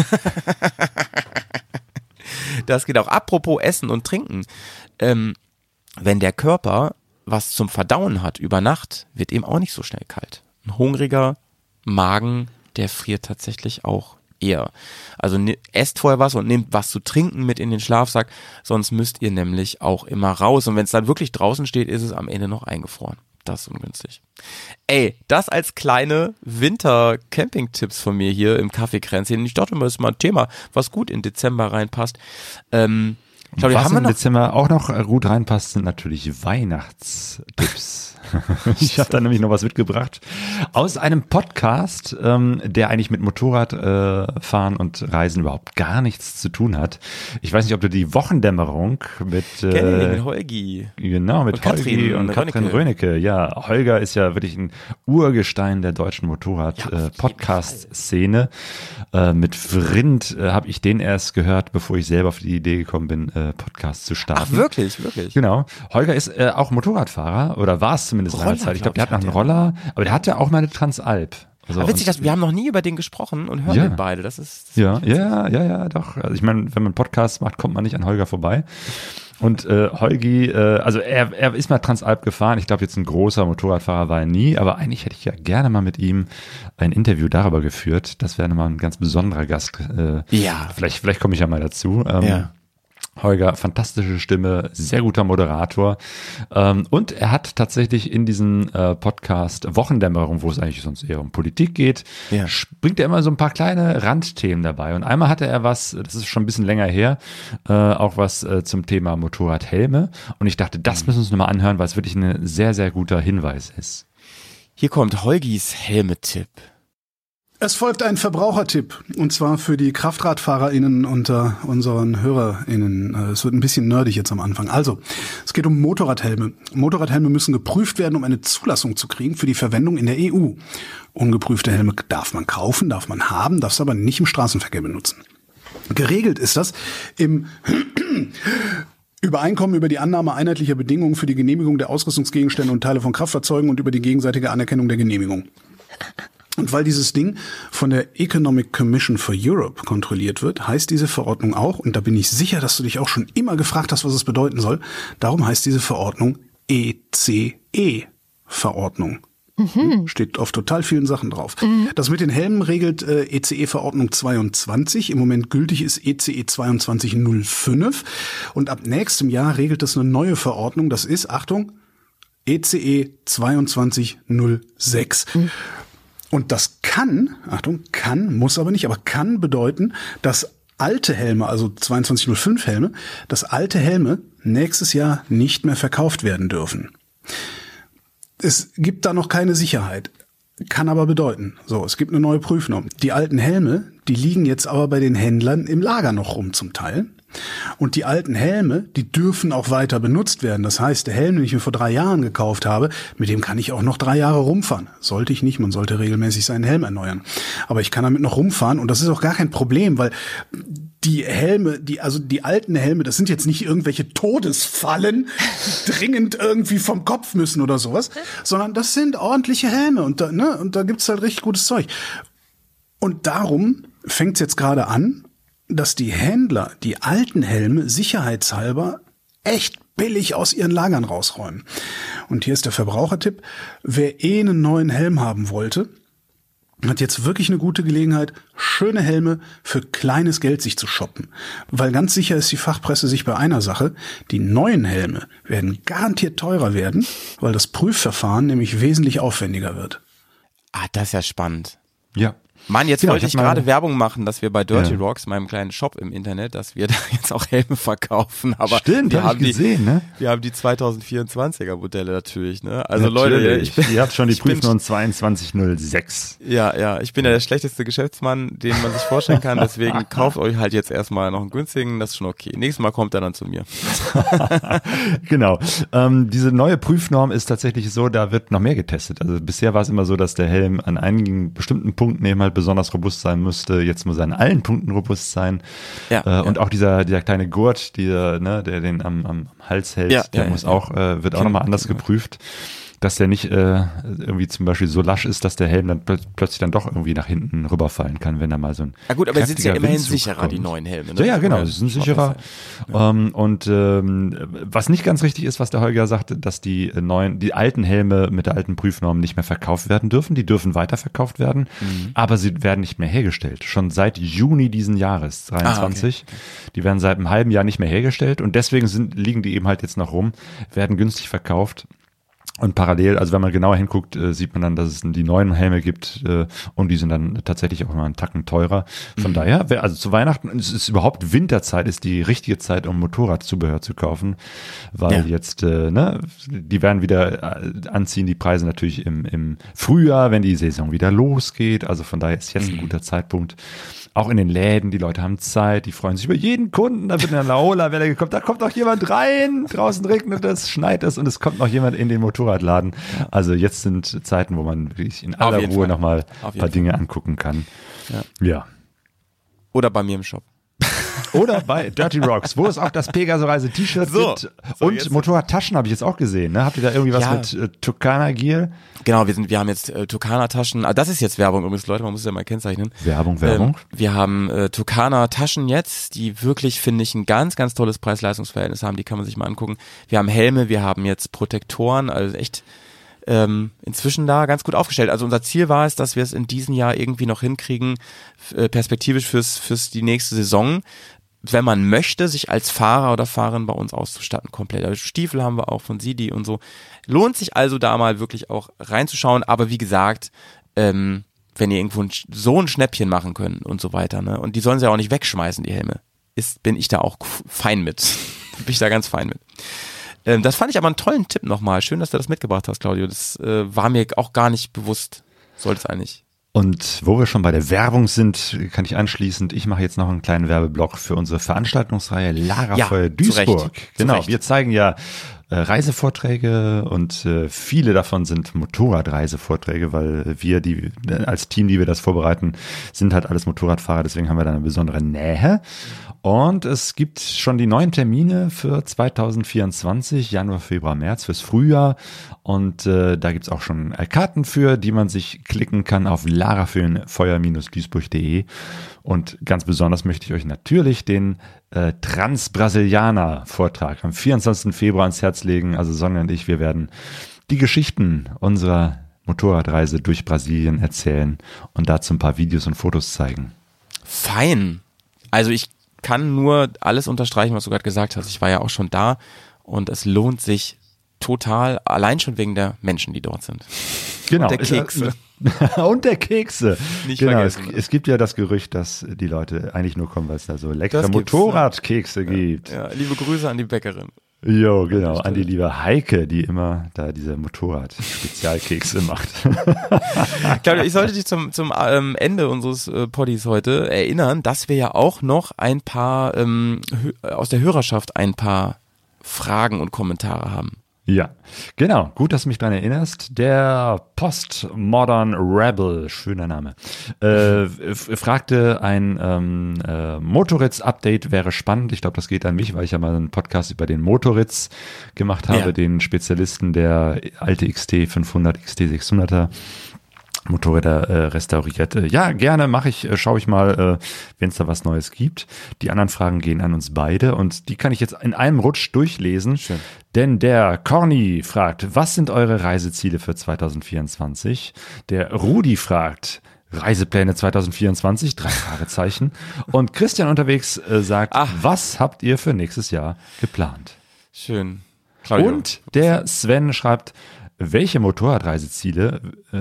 Speaker 3: Das geht auch. Apropos Essen und Trinken. Wenn der Körper was zum Verdauen hat über Nacht, wird ihm auch nicht so schnell kalt. Ein hungriger Magen, der friert tatsächlich auch eher. Also esst vorher was und nehmt was zu trinken mit in den Schlafsack, sonst müsst ihr nämlich auch immer raus. Und wenn es dann wirklich draußen steht, ist es am Ende noch eingefroren. Das ist ungünstig. Ey, das als kleine Winter-Camping-Tipps von mir hier im Kaffeekränzchen. Ich dachte immer, das ist mal ein Thema, was gut in Dezember reinpasst.
Speaker 1: Claudia, was im Dezember auch noch gut reinpasst, sind natürlich Weihnachtstipps. Ich habe da nämlich noch was mitgebracht aus einem Podcast, der eigentlich mit Motorradfahren und Reisen überhaupt gar nichts zu tun hat. Ich weiß nicht, ob du die Wochendämmerung mit
Speaker 3: Holgi.
Speaker 1: Genau, mit Holgi und Katrin Rönecke. Ja, Holger ist ja wirklich ein Urgestein der deutschen Motorrad-Podcast-Szene. Mit Vrind habe ich den erst gehört, bevor ich selber auf die Idee gekommen bin, Podcast zu starten.
Speaker 3: Ach, wirklich, wirklich?
Speaker 1: Genau. Holger ist auch Motorradfahrer oder war es zumindest lange Zeit. Ich glaube, der hat noch einen Roller, aber der hat ja auch mal eine Transalp.
Speaker 3: Also witzig, wir haben noch nie über den gesprochen und hören den beide. Das ist
Speaker 1: ja, doch. Also ich meine, wenn man Podcasts macht, kommt man nicht an Holger vorbei. Und Holgi, also er ist mal Transalp gefahren. Ich glaube, jetzt ein großer Motorradfahrer war er nie, aber eigentlich hätte ich ja gerne mal mit ihm ein Interview darüber geführt. Das wäre nochmal ein ganz besonderer Gast. Vielleicht komme ich ja mal dazu. Holger, fantastische Stimme, sehr guter Moderator. Und er hat tatsächlich in diesem Podcast Wochendämmerung, wo es eigentlich sonst eher um Politik geht, bringt er immer so ein paar kleine Randthemen dabei. Und einmal hatte er was, das ist schon ein bisschen länger her, auch was zum Thema Motorradhelme. Und ich dachte, das müssen wir uns nochmal anhören, weil es wirklich ein sehr, sehr guter Hinweis ist.
Speaker 3: Hier kommt Holgis Helmetipp.
Speaker 12: Es folgt ein Verbrauchertipp, und zwar für die KraftradfahrerInnen unter unseren HörerInnen. Es wird ein bisschen nerdig jetzt am Anfang. Also, es geht um Motorradhelme. Motorradhelme müssen geprüft werden, um eine Zulassung zu kriegen für die Verwendung in der EU. Ungeprüfte Helme darf man kaufen, darf man haben, darf es aber nicht im Straßenverkehr benutzen. Geregelt ist das im Übereinkommen über die Annahme einheitlicher Bedingungen für die Genehmigung der Ausrüstungsgegenstände und Teile von Kraftfahrzeugen und über die gegenseitige Anerkennung der Genehmigung. Und weil dieses Ding von der Economic Commission for Europe kontrolliert wird, heißt diese Verordnung auch, und da bin ich sicher, dass du dich auch schon immer gefragt hast, was es bedeuten soll, darum heißt diese Verordnung ECE-Verordnung. Steht auf total vielen Sachen drauf. Das mit den Helmen regelt ECE-Verordnung 22. Im Moment gültig ist ECE 2205. Und ab nächstem Jahr regelt das eine neue Verordnung. Das ist, Achtung, ECE 2206. Und das kann, Achtung, muss aber nicht, aber kann bedeuten, dass alte Helme, also 2205 Helme, dass alte Helme nächstes Jahr nicht mehr verkauft werden dürfen. Es gibt da noch keine Sicherheit. Kann aber bedeuten, so, es gibt eine neue Prüfnorm. Die alten Helme, die liegen jetzt aber bei den Händlern im Lager noch rum zum Teil. Und die alten Helme, die dürfen auch weiter benutzt werden. Das heißt, der Helm, den ich mir vor 3 Jahren gekauft habe, mit dem kann ich auch noch 3 Jahre rumfahren. Sollte ich nicht, man sollte regelmäßig seinen Helm erneuern. Aber ich kann damit noch rumfahren und das ist auch gar kein Problem, weil die Helme, die alten Helme, das sind jetzt nicht irgendwelche Todesfallen, die dringend irgendwie vom Kopf müssen oder sowas, sondern das sind ordentliche Helme und da gibt's halt richtig gutes Zeug. Und darum fängt's jetzt gerade an, dass die Händler die alten Helme sicherheitshalber echt billig aus ihren Lagern rausräumen. Und hier ist der Verbrauchertipp: Wer einen neuen Helm haben wollte, hat jetzt wirklich eine gute Gelegenheit, schöne Helme für kleines Geld sich zu shoppen. Weil ganz sicher ist die Fachpresse sich bei einer Sache: Die neuen Helme werden garantiert teurer werden, weil das Prüfverfahren nämlich wesentlich aufwendiger wird.
Speaker 3: Ah, das ist ja spannend.
Speaker 1: Ja.
Speaker 3: Mann, jetzt wollte ich gerade Werbung machen, dass wir bei Dirty Rocks, meinem kleinen Shop im Internet, dass wir da jetzt auch Helme verkaufen. Aber
Speaker 1: stimmt,
Speaker 3: wir haben
Speaker 1: gesehen, ne?
Speaker 3: Wir haben die 2024er Modelle natürlich, ne? Also natürlich.
Speaker 1: Leute, ihr habt schon die Prüfnorm 2206.
Speaker 3: Ja, ich bin ja der schlechteste Geschäftsmann, den man sich vorstellen kann. Deswegen kauft euch halt jetzt erstmal noch einen günstigen, das ist schon okay. Nächstes Mal kommt er dann zu mir.
Speaker 1: Genau. Diese neue Prüfnorm ist tatsächlich so, da wird noch mehr getestet. Also bisher war es immer so, dass der Helm an einigen bestimmten Punkten eben halt besonders robust sein müsste. Jetzt muss er an allen Punkten robust sein. Und auch dieser kleine Gurt, der den am Hals hält, der muss auch, wird auch nochmal anders geprüft, dass der nicht irgendwie zum Beispiel so lasch ist, dass der Helm dann plötzlich dann doch irgendwie nach hinten rüberfallen kann, wenn da mal so ein
Speaker 3: ja gut, aber sie sind ja immerhin sicherer, die neuen Helme. Ne?
Speaker 1: Ja, genau, sie sind sicherer. Was nicht ganz richtig ist, was der Holger sagte, dass die alten Helme mit der alten Prüfnorm nicht mehr verkauft werden dürfen. Die dürfen weiterverkauft werden, aber sie werden nicht mehr hergestellt. Schon seit Juni diesen Jahres, 23. Okay. Die werden seit einem halben Jahr nicht mehr hergestellt und deswegen liegen die eben halt jetzt noch rum, werden günstig verkauft. Und parallel, also wenn man genauer hinguckt, sieht man dann, dass es die neuen Helme gibt und die sind dann tatsächlich auch mal einen Tacken teurer. Von daher, also zu Weihnachten, es ist überhaupt Winterzeit, ist die richtige Zeit, um Motorradzubehör zu kaufen, weil jetzt, die werden wieder anziehen, die Preise natürlich im Frühjahr, wenn die Saison wieder losgeht. Also von daher ist jetzt ein guter Zeitpunkt. Auch in den Läden, die Leute haben Zeit, die freuen sich über jeden Kunden, da wird eine Laola-Welle gekommen, da kommt noch jemand rein, draußen regnet es, schneit es und es kommt noch jemand in den Motorradladen. Also jetzt sind Zeiten, wo man wirklich in aller Ruhe nochmal ein paar Dinge angucken kann. Ja.
Speaker 3: Oder bei mir im Shop.
Speaker 1: Oder bei Dirty Rocks, wo es auch das Pegaso-Reise-T-Shirt gibt. Und Motorradtaschen habe ich jetzt auch gesehen. Ne? Habt ihr da irgendwie was mit Tucana Gear?
Speaker 3: Genau, wir haben jetzt Tucana-Taschen. Das ist jetzt Werbung übrigens, Leute, man muss es ja mal kennzeichnen.
Speaker 1: Werbung.
Speaker 3: Wir haben Tucana-Taschen jetzt, die wirklich, finde ich, ein ganz, ganz tolles Preis-Leistungs-Verhältnis haben. Die kann man sich mal angucken. Wir haben Helme, wir haben jetzt Protektoren, also echt inzwischen da ganz gut aufgestellt. Also unser Ziel war es, dass wir es in diesem Jahr irgendwie noch hinkriegen, perspektivisch fürs die nächste Saison, wenn man möchte, sich als Fahrer oder Fahrerin bei uns auszustatten komplett. Also Stiefel haben wir auch von Sidi und so. Lohnt sich also da mal wirklich auch reinzuschauen, aber wie gesagt, wenn ihr irgendwo so ein Schnäppchen machen könnt und so weiter, ne? Und die sollen sie ja auch nicht wegschmeißen, die Helme. Bin ich da auch fein mit. Bin ich da ganz fein mit. Das fand ich aber einen tollen Tipp nochmal. Schön, dass du das mitgebracht hast, Claudio. Das war mir auch gar nicht bewusst. Sollte es eigentlich.
Speaker 1: Und wo wir schon bei der Werbung sind, kann ich anschließend, ich mache jetzt noch einen kleinen Werbeblock für unsere Veranstaltungsreihe Lagerfeuer Duisburg. Genau, wir zeigen ja Reisevorträge und viele davon sind Motorradreisevorträge, weil wir, als Team, die wir das vorbereiten, sind halt alles Motorradfahrer, deswegen haben wir da eine besondere Nähe. Und es gibt schon die neuen Termine für 2024, Januar, Februar, März, fürs Frühjahr. Und da gibt's auch schon Karten für, die man sich klicken kann auf lagerfeuer-duisburg.de. Und ganz besonders möchte ich euch natürlich den Trans-Brasilianer-Vortrag am 24. Februar ans Herz legen. Also Sonja und ich, wir werden die Geschichten unserer Motorradreise durch Brasilien erzählen und dazu ein paar Videos und Fotos zeigen.
Speaker 3: Fein. Also ich kann nur alles unterstreichen, was du gerade gesagt hast. Ich war ja auch schon da und es lohnt sich total, allein schon wegen der Menschen, die dort sind.
Speaker 1: Genau.
Speaker 3: Und der Kekse.
Speaker 1: Und der Kekse.
Speaker 3: Nicht
Speaker 1: genau.
Speaker 3: vergessen.
Speaker 1: Es gibt ja das Gerücht, dass die Leute eigentlich nur kommen, weil es da so leckere
Speaker 3: Das gibt's,
Speaker 1: Motorradkekse gibt.
Speaker 3: Ja, liebe Grüße an die Bäckerin.
Speaker 1: Jo, genau, an die liebe Heike, die immer da diese Motorrad-Spezialkekse macht.
Speaker 3: Claudio, ich sollte dich zum Ende unseres Poddies heute erinnern, dass wir ja auch noch ein paar aus der Hörerschaft ein paar Fragen und Kommentare haben.
Speaker 1: Ja, genau. Gut, dass du mich daran erinnerst. Der Postmodern Rebel, schöner Name, fragte, ein Motoritz-Update wäre spannend. Ich glaube, das geht an mich, weil ich ja mal einen Podcast über den Motoritz gemacht habe, den Spezialisten, der alte XT 500, XT 600er Motorräder restauriert. Ja, gerne mache ich, schaue ich mal, wenn es da was Neues gibt. Die anderen Fragen gehen an uns beide und die kann ich jetzt in einem Rutsch durchlesen. Schön. Denn der Corny fragt, was sind eure Reiseziele für 2024? Der Rudi fragt, Reisepläne 2024, 3 Fragezeichen. Und Christian unterwegs sagt, was habt ihr für nächstes Jahr geplant?
Speaker 3: Schön.
Speaker 1: Claudio. Und der Sven schreibt, welche Motorradreiseziele,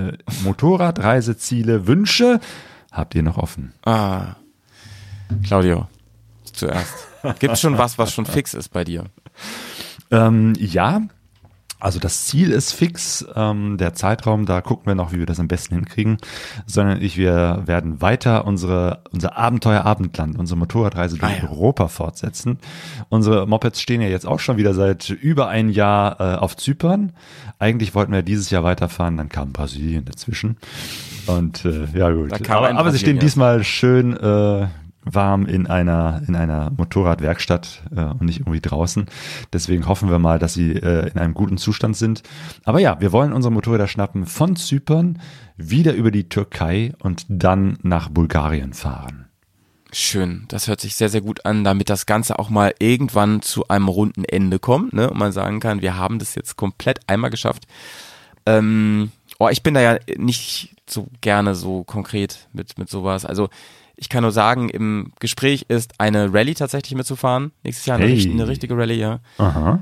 Speaker 1: Wünsche habt ihr noch offen?
Speaker 3: Claudio, zuerst. Gibt es schon was schon fix ist bei dir?
Speaker 1: Ja, also das Ziel ist fix, der Zeitraum, da gucken wir noch, wie wir das am besten hinkriegen, sondern wir werden weiter unser Abenteuer Abendland, unsere Motorradreise durch Europa fortsetzen. Unsere Mopeds stehen ja jetzt auch schon wieder seit über ein Jahr auf Zypern. Eigentlich wollten wir dieses Jahr weiterfahren, dann kam Brasilien dazwischen. Und ja gut, aber sie stehen diesmal schön warm in einer Motorradwerkstatt und nicht irgendwie draußen. Deswegen hoffen wir mal, dass sie in einem guten Zustand sind. Aber ja, wir wollen unsere Motorräder schnappen von Zypern, wieder über die Türkei und dann nach Bulgarien fahren.
Speaker 3: Schön, das hört sich sehr, sehr gut an, damit das Ganze auch mal irgendwann zu einem runden Ende kommt, ne? Und man sagen kann, wir haben das jetzt komplett einmal geschafft. Ich bin da ja nicht so gerne so konkret mit sowas. Also ich kann nur sagen, im Gespräch ist eine Rallye tatsächlich mitzufahren. Nächstes Jahr eine richtige Rallye, ja.
Speaker 1: Aha.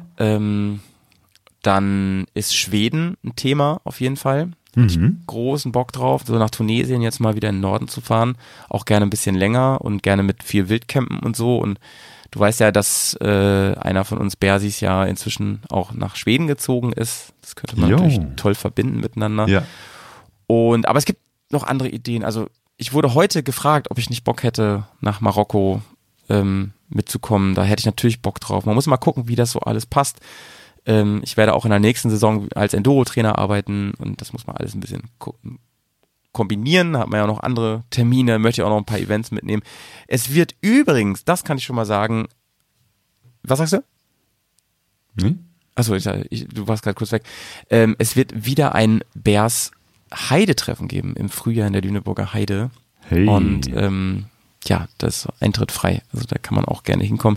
Speaker 3: Dann ist Schweden ein Thema auf jeden Fall. Großen Bock drauf, so nach Tunesien jetzt mal wieder in den Norden zu fahren. Auch gerne ein bisschen länger und gerne mit viel Wildcampen und so. Und du weißt ja, dass einer von uns Bersis ja inzwischen auch nach Schweden gezogen ist. Das könnte man natürlich toll verbinden miteinander.
Speaker 1: Ja.
Speaker 3: Aber es gibt noch andere Ideen. Also ich wurde heute gefragt, ob ich nicht Bock hätte, nach Marokko mitzukommen. Da hätte ich natürlich Bock drauf. Man muss mal gucken, wie das so alles passt. Ich werde auch in der nächsten Saison als Enduro-Trainer arbeiten und das muss man alles ein bisschen kombinieren. Da hat man ja noch andere Termine, möchte auch noch ein paar Events mitnehmen. Es wird übrigens, das kann ich schon mal sagen, was sagst du? Achso, du warst gerade kurz weg. Es wird wieder ein Bears Heidetreffen geben im Frühjahr in der Lüneburger Heide.
Speaker 1: Hey.
Speaker 3: Und ja, das ist Eintritt frei. Also da kann man auch gerne hinkommen.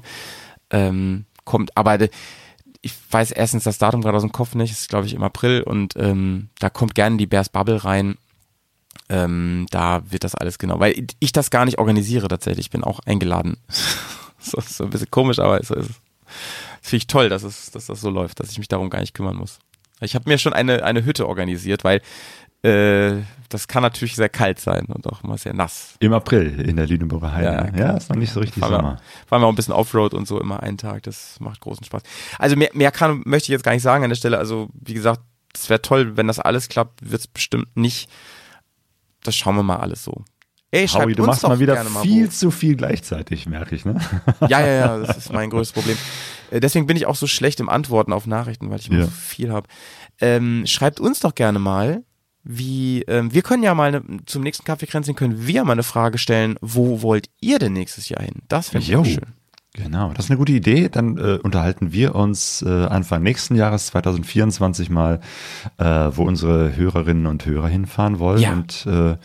Speaker 3: Ich weiß erstens das Datum gerade aus dem Kopf nicht, ist glaube ich im April und da kommt gerne die Bears Bubble rein. Da wird das alles genau, weil ich das gar nicht organisiere tatsächlich, ich bin auch eingeladen. So ein bisschen komisch, aber so ist es. Das finde ich toll, dass das so läuft, dass ich mich darum gar nicht kümmern muss. Ich habe mir schon eine Hütte organisiert, weil das kann natürlich sehr kalt sein und auch immer sehr nass.
Speaker 1: Im April in der Lüneburger Heide. Ja, ist noch nicht so richtig Sommer.
Speaker 3: Fahren wir auch ein bisschen Offroad und so immer einen Tag. Das macht großen Spaß. Also mehr möchte ich jetzt gar nicht sagen an der Stelle. Also wie gesagt, es wäre toll, wenn das alles klappt, wird es bestimmt nicht. Das schauen wir mal alles so. Ey,
Speaker 1: Howie, du machst mal wieder viel zu viel gleichzeitig, merke ich, ne?
Speaker 3: Ja, das ist mein größtes Problem. Deswegen bin ich auch so schlecht im Antworten auf Nachrichten, weil ich immer so viel habe. Schreibt uns doch gerne mal, wir können ja mal zum nächsten Kaffeekränzchen können wir mal eine Frage stellen, wo wollt ihr denn nächstes Jahr hin? Das finde ich auch schön.
Speaker 1: Genau, das ist eine gute Idee. Dann unterhalten wir uns Anfang nächsten Jahres 2024 mal, wo unsere Hörerinnen und Hörer hinfahren wollen und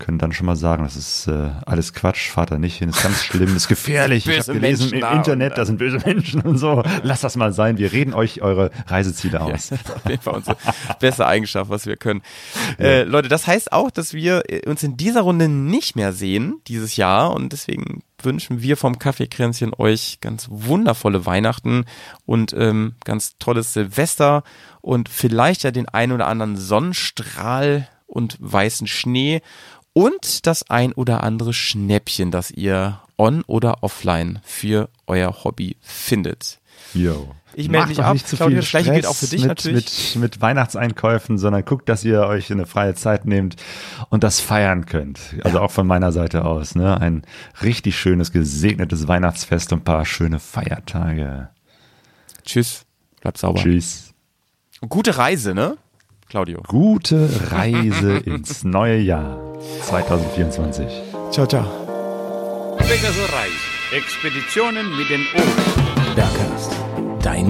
Speaker 1: können dann schon mal sagen, das ist alles Quatsch, fahrt da nicht hin, ist ganz schlimm, ist gefährlich. Ich habe gelesen Menschen im Internet, da sind böse Menschen und so. Lasst das mal sein, wir reden euch eure Reiseziele aus.
Speaker 3: Ja, das ist auf jeden Fall unsere beste Eigenschaft, was wir können. Ja. Leute, das heißt auch, dass wir uns in dieser Runde nicht mehr sehen dieses Jahr und deswegen wünschen wir vom Kaffeekränzchen euch ganz wundervolle Weihnachten und ganz tolles Silvester und vielleicht ja den ein oder anderen Sonnenstrahl und weißen Schnee und das ein oder andere Schnäppchen, das ihr on- oder offline für euer Hobby findet.
Speaker 1: Jo.
Speaker 3: Ich melde mich ab, Claudia, das gleiche gilt auch für dich
Speaker 1: natürlich. Mit Weihnachtseinkäufen, sondern guckt, dass ihr euch eine freie Zeit nehmt und das feiern könnt. Also auch von meiner Seite aus. Ne? Ein richtig schönes, gesegnetes Weihnachtsfest und ein paar schöne Feiertage.
Speaker 3: Tschüss, bleibt sauber.
Speaker 1: Tschüss.
Speaker 3: Und gute Reise, ne, Claudio?
Speaker 1: Gute Reise ins neue Jahr 2024.
Speaker 3: Ciao, ciao.
Speaker 2: Pegaso-Reise. Expeditionen mit den Ohren.
Speaker 13: Bergcast, dein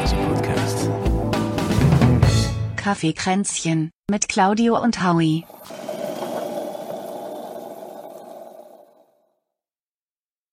Speaker 13: Motorradreise-Podcast.
Speaker 4: Kaffeekränzchen mit Claudio und Howie.